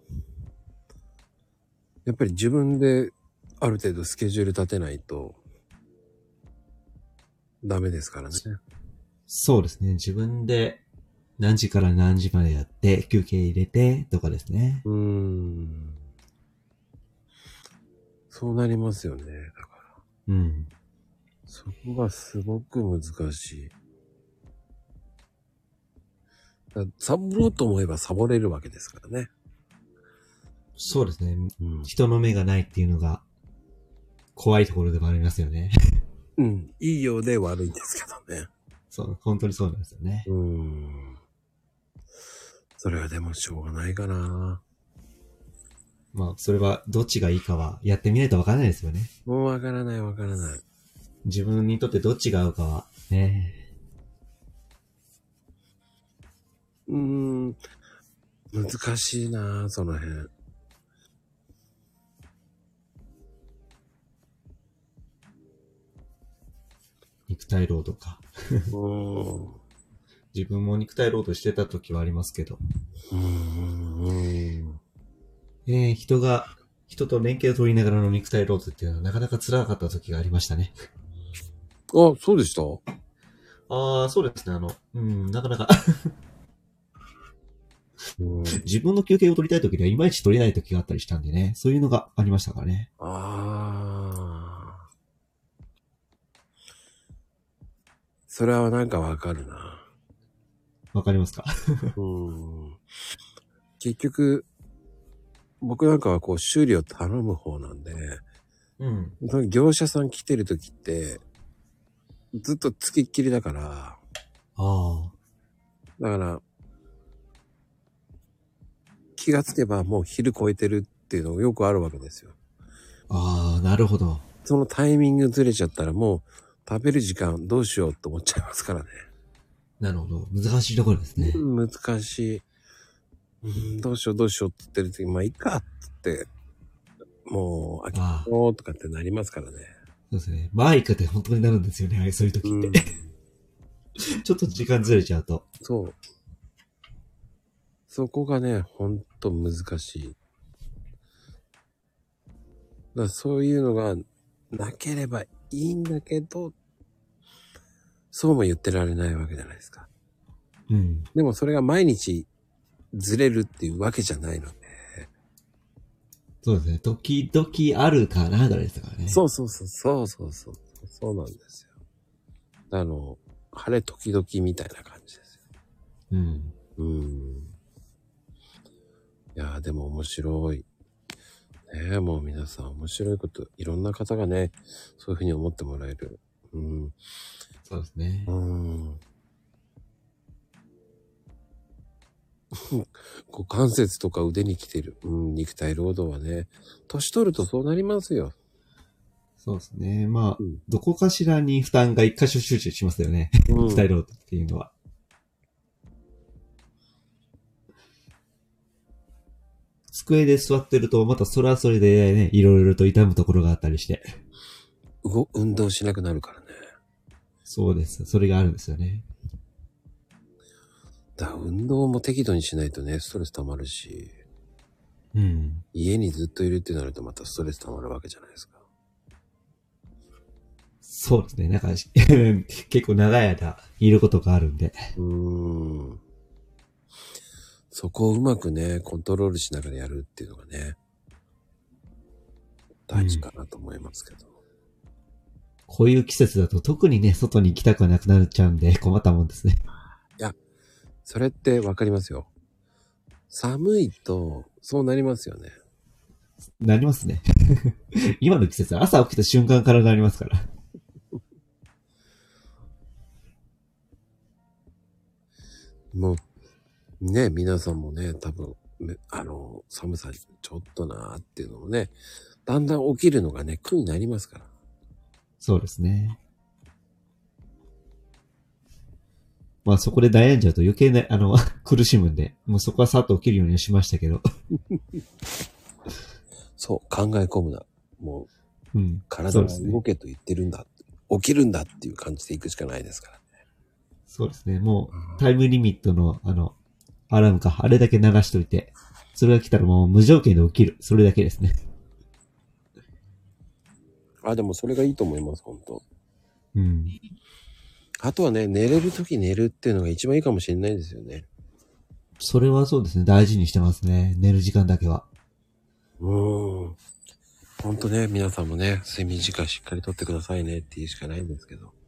やっぱり自分である程度スケジュール立てないとダメですからね。 そうですね。自分で何時から何時までやって休憩入れてとかですね。 そうなりますよね。だから。そこがすごく難しい。サボろうと思えばサボれるわけですからね。 そうですね。人の目がないっていうのが怖いところでもありますよね。 いいようで悪いんですけどね。 そう、本当にそうなんですよね。 それはでもしょうがないかな。 まあ、それはどっちがいいかはやってみないとわからないですよね。 もうわからない。 自分にとってどっちが合うかはね。 難しいな、その辺。 肉体労働か。自分も肉体労働してた時はありますけど。人と連携を取りながらの肉体労働っていうのはなかなか辛かった時がありましたね。 そうでした？ そうですね。なかなか自分の休憩を取りたい時にはいまいち取れない時があったりしたんでね。そういうのがありましたからね。 それはなんかわかるな。 わかりますか？ 結局、僕なんかはこう修理を頼む方なんで、その業者さん来てる時って、ずっとつきっきりだから、だから、気がつけばもう昼超えてるっていうのがよくあるわけですよ。 なるほど。 そのタイミングずれちゃったらもう食べる時間どうしようって思っちゃいますからね。 なるほど。難しいところですね。 難しい。どうしようって言ってる時、まあいいかって言って、もう飽きようとかってなりますからね。 そうですね。まあいいかって本当になるんですよね。そういう時って。ちょっと時間ずれちゃうと。 そう。そこがね、ほんと難しい。だからそういうのがなければいいんだけど、そうも言ってられないわけじゃないですか。でもそれが毎日ずれるっていうわけじゃないので。 そうですね。時々あるかなぐらいですからね。 そうなんですよ。晴れ時々みたいな感じですよ。いやーでも面白い。ねえ、もう皆さん面白いこと、いろんな方がね、そういうふうに思ってもらえる。 そうですね。 股関節とか腕に来てる。肉体労働はね、年取るとそうなりますよ。 そうですね。まあ、どこかしらに負担が一箇所集中しますよね。肉体労働っていうのは。 机で座ってると、またそれはそれでね、いろいろと痛むところがあったりして。 運動しなくなるからね。 そうです。それがあるんですよね。 だから運動も適度にしないとね、ストレス溜まるし。 うん。 家にずっといるってなるとまたストレス溜まるわけじゃないですか。 そうですね。なんか、結構長い間いることがあるんで。 そこをうまくね、コントロールしながらやるっていうのがね、大事かなと思いますけど。 こういう季節だと特にね、外に行きたくはなくなっちゃうんで困ったもんですね。 いや、それってわかりますよ。寒いと、そうなりますよね。 なりますね。今の季節は朝起きた瞬間からなりますから。 もう、ね、皆さんもね、多分、寒さにちょっとなーっていうのもね、だんだん起きるのがね、苦になりますから。 そうですね。まあそこで悩んじゃうと余計な、苦しむんで、もうそこはさっと起きるようにしましたけど。 そう、考え込むな。もう、 体が動けと言ってるんだ、起きるんだっていう感じでいくしかないですからね。 そうですね。もう、タイムリミットの、アラームか、あれだけ流しといて、それが来たらもう無条件で起きる。それだけですね。 でもそれがいいと思います、本当。あとはね、寝れるとき寝るっていうのが一番いいかもしれないですよね。 それはそうですね。大事にしてますね。寝る時間だけは。 ほんとね、皆さんもね、睡眠時間しっかりとってくださいねって言うしかないんですけど。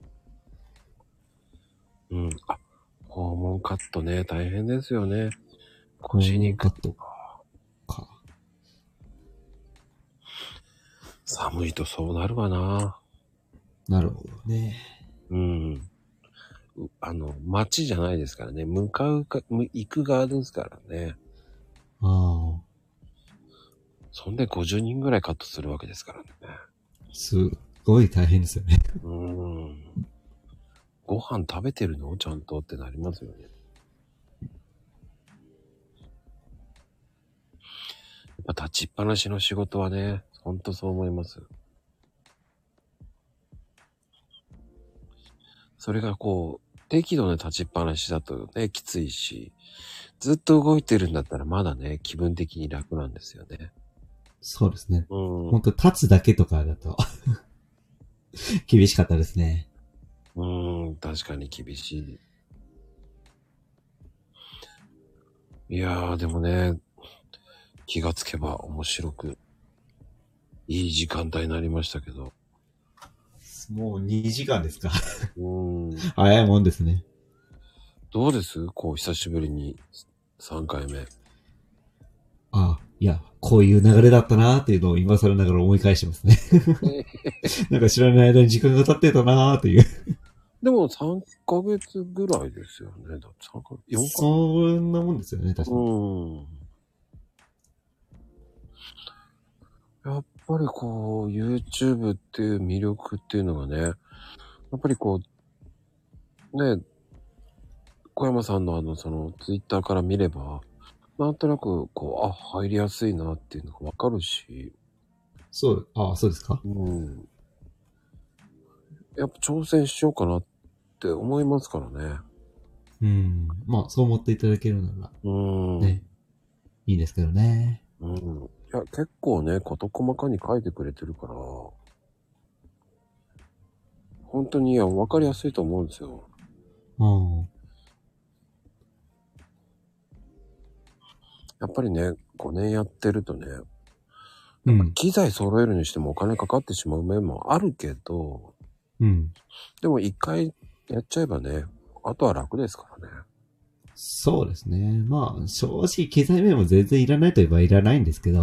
訪問カットね、大変ですよね。腰にカットか。寒いとそうなるわな。 なるほどね。 街じゃないですからね。行く側ですからね。そんで50人ぐらいカットするわけですからね。 すごい大変ですよね。 ご飯食べてるのちゃんとってなりますよね。やっぱ立ちっぱなしの仕事はね、ほんとそう思います。それが適度な立ちっぱなしだとね、きついし、ずっと動いてるんだったらまだね、気分的に楽なんですよね。 そうですね。ほんと立つだけとかだと厳しかったですね。 確かに厳しい。いやー、でもね、気がつけば面白く、いい時間帯になりましたけど。 もう2時間ですか。早いもんですね。 どうです久しぶりに3回目。 いや、こういう流れだったなーっていうのを今更ながら思い返してますね。なんか知らない間に時間が経ってたなーっていう。 でも3ヶ月ぐらいですよね。だって3ヶ月、4ヶ月。 そんなもんですよね、確かに。 やっぱりYouTube っていう魅力っていうのがね、やっぱりね、小山さんのその Twitter から見れば、なんとなく入りやすいなっていうのがわかるし。 そうですか？ やっぱ挑戦しようかなって思いますからね。 まあ、そう思っていただけるなら、ね、いいですけどね。 いや、結構ね、事細かに書いてくれてるから、本当にわかりやすいと思うんですよ。やっぱりね、5年やってるとね、やっぱ機材揃えるにしてもお金かかってしまう面もあるけど、でも一回やっちゃえばね、あとは楽ですからね。 そうですね。まあ、正直機材面も全然いらないと言えばいらないんですけど。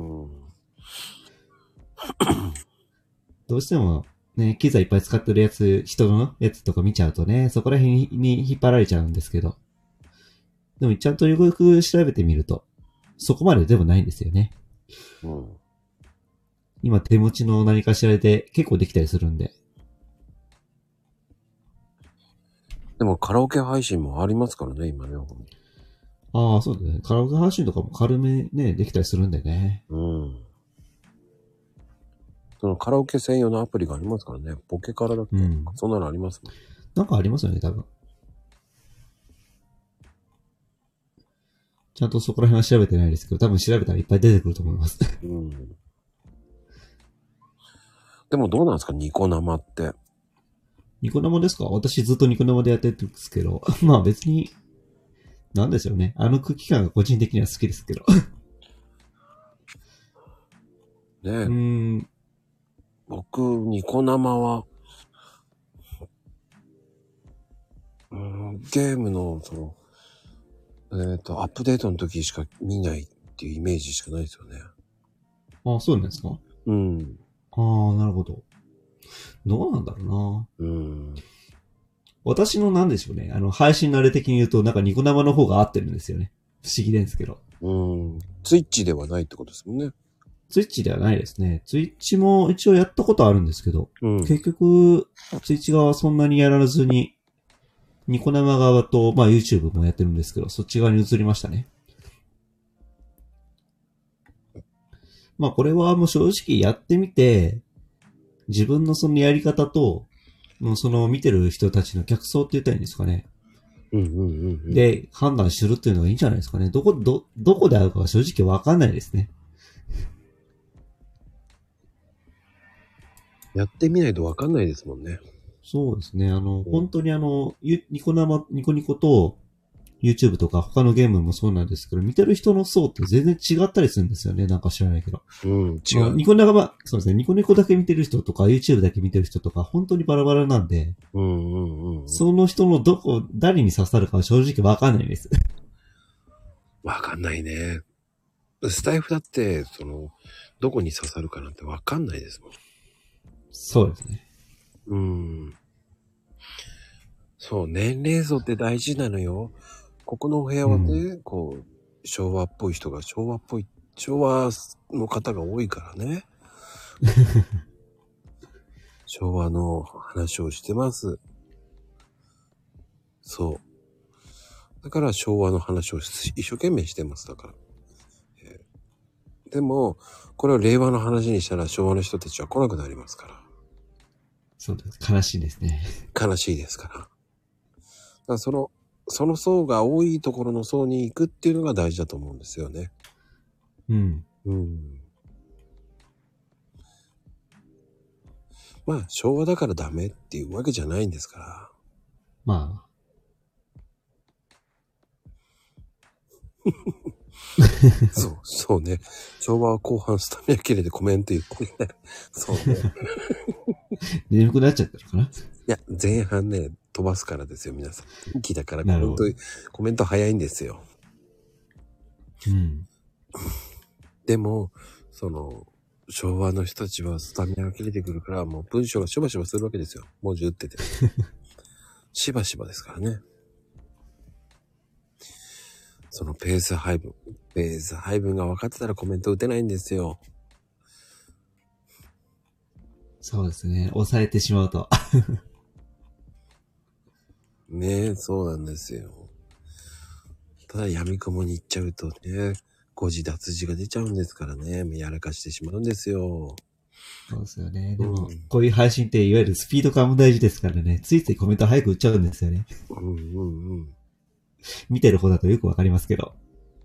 どうしてもね、機材いっぱい使ってる人のやつとか見ちゃうとね、そこら辺に引っ張られちゃうんですけど。でもちゃんとよく調べてみると、そこまででもないんですよね。今手持ちの何かしらで結構できたりするんで。 でもカラオケ配信もありますからね、今ね。 ああ、そうだね。カラオケ配信とかも軽めね、できたりするんでね。 うん。そのカラオケ専用のアプリがありますからね。ポケカラだっけ、そんなのありますもん。 なんかありますよね、多分。ちゃんとそこら辺は調べてないですけど、多分調べたらいっぱい出てくると思います。うん。 でもどうなんですか、ニコ生って。 ニコ生ですか？私ずっとニコ生でやってるんですけど、まあ別に、なんですよね。あの空気感が個人的には好きですけど。 ねえ。僕、ニコ生は、ゲームの、アップデートの時しか見ないっていうイメージしかないですよね。 ああ、そうなんですか？ うん。 ああ、なるほど。どうなんだろうな。私のなんでしょうね。配信慣れ的に言うと、なんかニコ生の方が合ってるんですよね。不思議ですけど。 ツイッチではないってことですもんね。 ツイッチではないですね。ツイッチも一応やったことあるんですけど、結局、ツイッチ側はそんなにやらずに、ニコ生側と、まあ YouTube もやってるんですけど、そっち側に移りましたね。まあこれはもう正直やってみて、自分のそのやり方と、もうその見てる人たちの客層って言ったらいいんですかね。で、判断するっていうのがいいんじゃないですかね。どこで会うかは正直わかんないですね。 やってみないとわかんないですもんね。 そうですね。本当にニコニコと YouTube とか他のゲームもそうなんですけど、見てる人の層って全然違ったりするんですよね。なんか知らないけど。 違う。 ニコ生は、そうですね。ニコニコだけ見てる人とか YouTube だけ見てる人とか、本当にバラバラなんで、その人の誰に刺さるかは正直わかんないです。 わかんないね。スタイフだって、どこに刺さるかなんてわかんないですもん。 そうですね。 そう、年齢層って大事なのよ。ここのお部屋はね、昭和っぽい人が昭和の方が多いからね。昭和の話をしてます。そう。だから昭和の話を一生懸命してます、だから。でも、これを令和の話にしたら昭和の人たちは来なくなりますから。 そうです。悲しいですね。 悲しいですから。だからその層が多いところの層に行くっていうのが大事だと思うんですよね。まあ、昭和だからダメっていうわけじゃないんですから。 まあ。 そうね。昭和は後半スタミナ切れでコメント言ってね。そうね。 眠くなっちゃったのかな？いや、前半ね、飛ばすからですよ、皆さん。元気だからコメント早いんですよ。でも、昭和の人たちはスタミナが切れてくるから、もう文章がしばしばするわけですよ。文字打ってて。しばしばですからね。そのペース配分が分かってたらコメント打てないんですよ。 そうですね。抑えてしまうと。 ねえ、そうなんですよ。ただ闇雲に行っちゃうとね、誤字脱字が出ちゃうんですからね、やらかしてしまうんですよ。 そうですよね。でも、こういう配信っていわゆるスピード感も大事ですからね、ついついコメント早く打っちゃうんですよね。見てる方だとよくわかりますけど。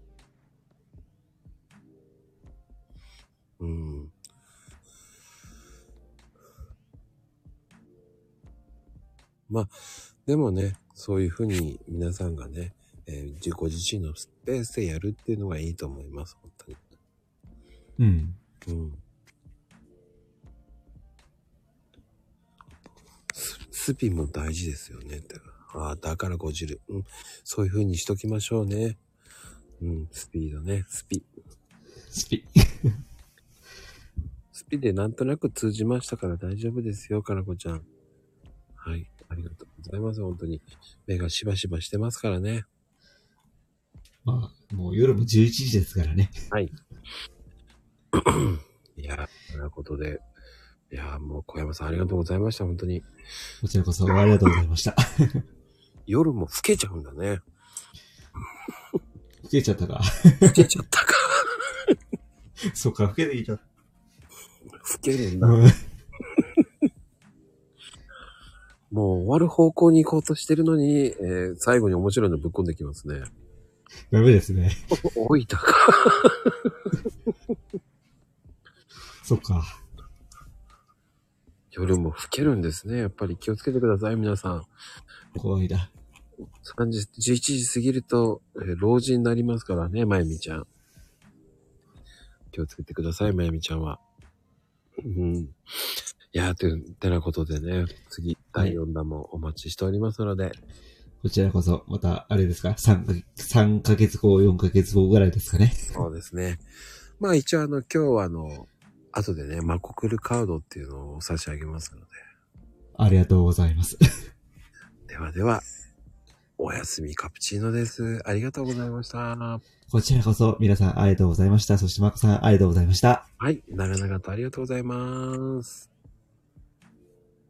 まあ、でもね、そういうふうに皆さんがね、自身のスペースでやるっていうのがいいと思います、本当に。スピも大事ですよね。だからごじる。そういう風にしときましょうね。スピードね。スピでなんとなく通じましたから大丈夫ですよ、かなこちゃん。はい。ありがとうございます。本当に。目がしばしばしてますからね。 まあ、もう夜も11時ですからね。 はい。いや、ということで。いや、もう小山さんありがとうございました、本当に。 こちらこそありがとうございました。 夜も更けちゃうんだね。 老けちゃったか。 老けちゃったか。 そっか、老けてきちゃった。 老けるんだ。もう終わる方向に行こうとしてるのに、最後に面白いのぶっ込んできますね。 ダメですね。 老いたか。 そっか。 夜も更けるんですね。やっぱり気をつけてください、皆さん。 怖いだ。 11時過ぎると、老人になりますからね、まゆみちゃん。気をつけてください、まゆみちゃんは。うん。いやー、てなことでね、次、第4弾もお待ちしておりますので。 こちらこそ、また、あれですか 3ヶ月後、4ヶ月後ぐらいですかね。 そうですね。まあ一応今日は後でね、マコクルカードっていうのを差し上げますので。 ありがとうございます。 ではでは、おやすみカプチーノです。ありがとうございました。 こちらこそ皆さんありがとうございました。そしてマコさんありがとうございました。 はい、長々とありがとうございます。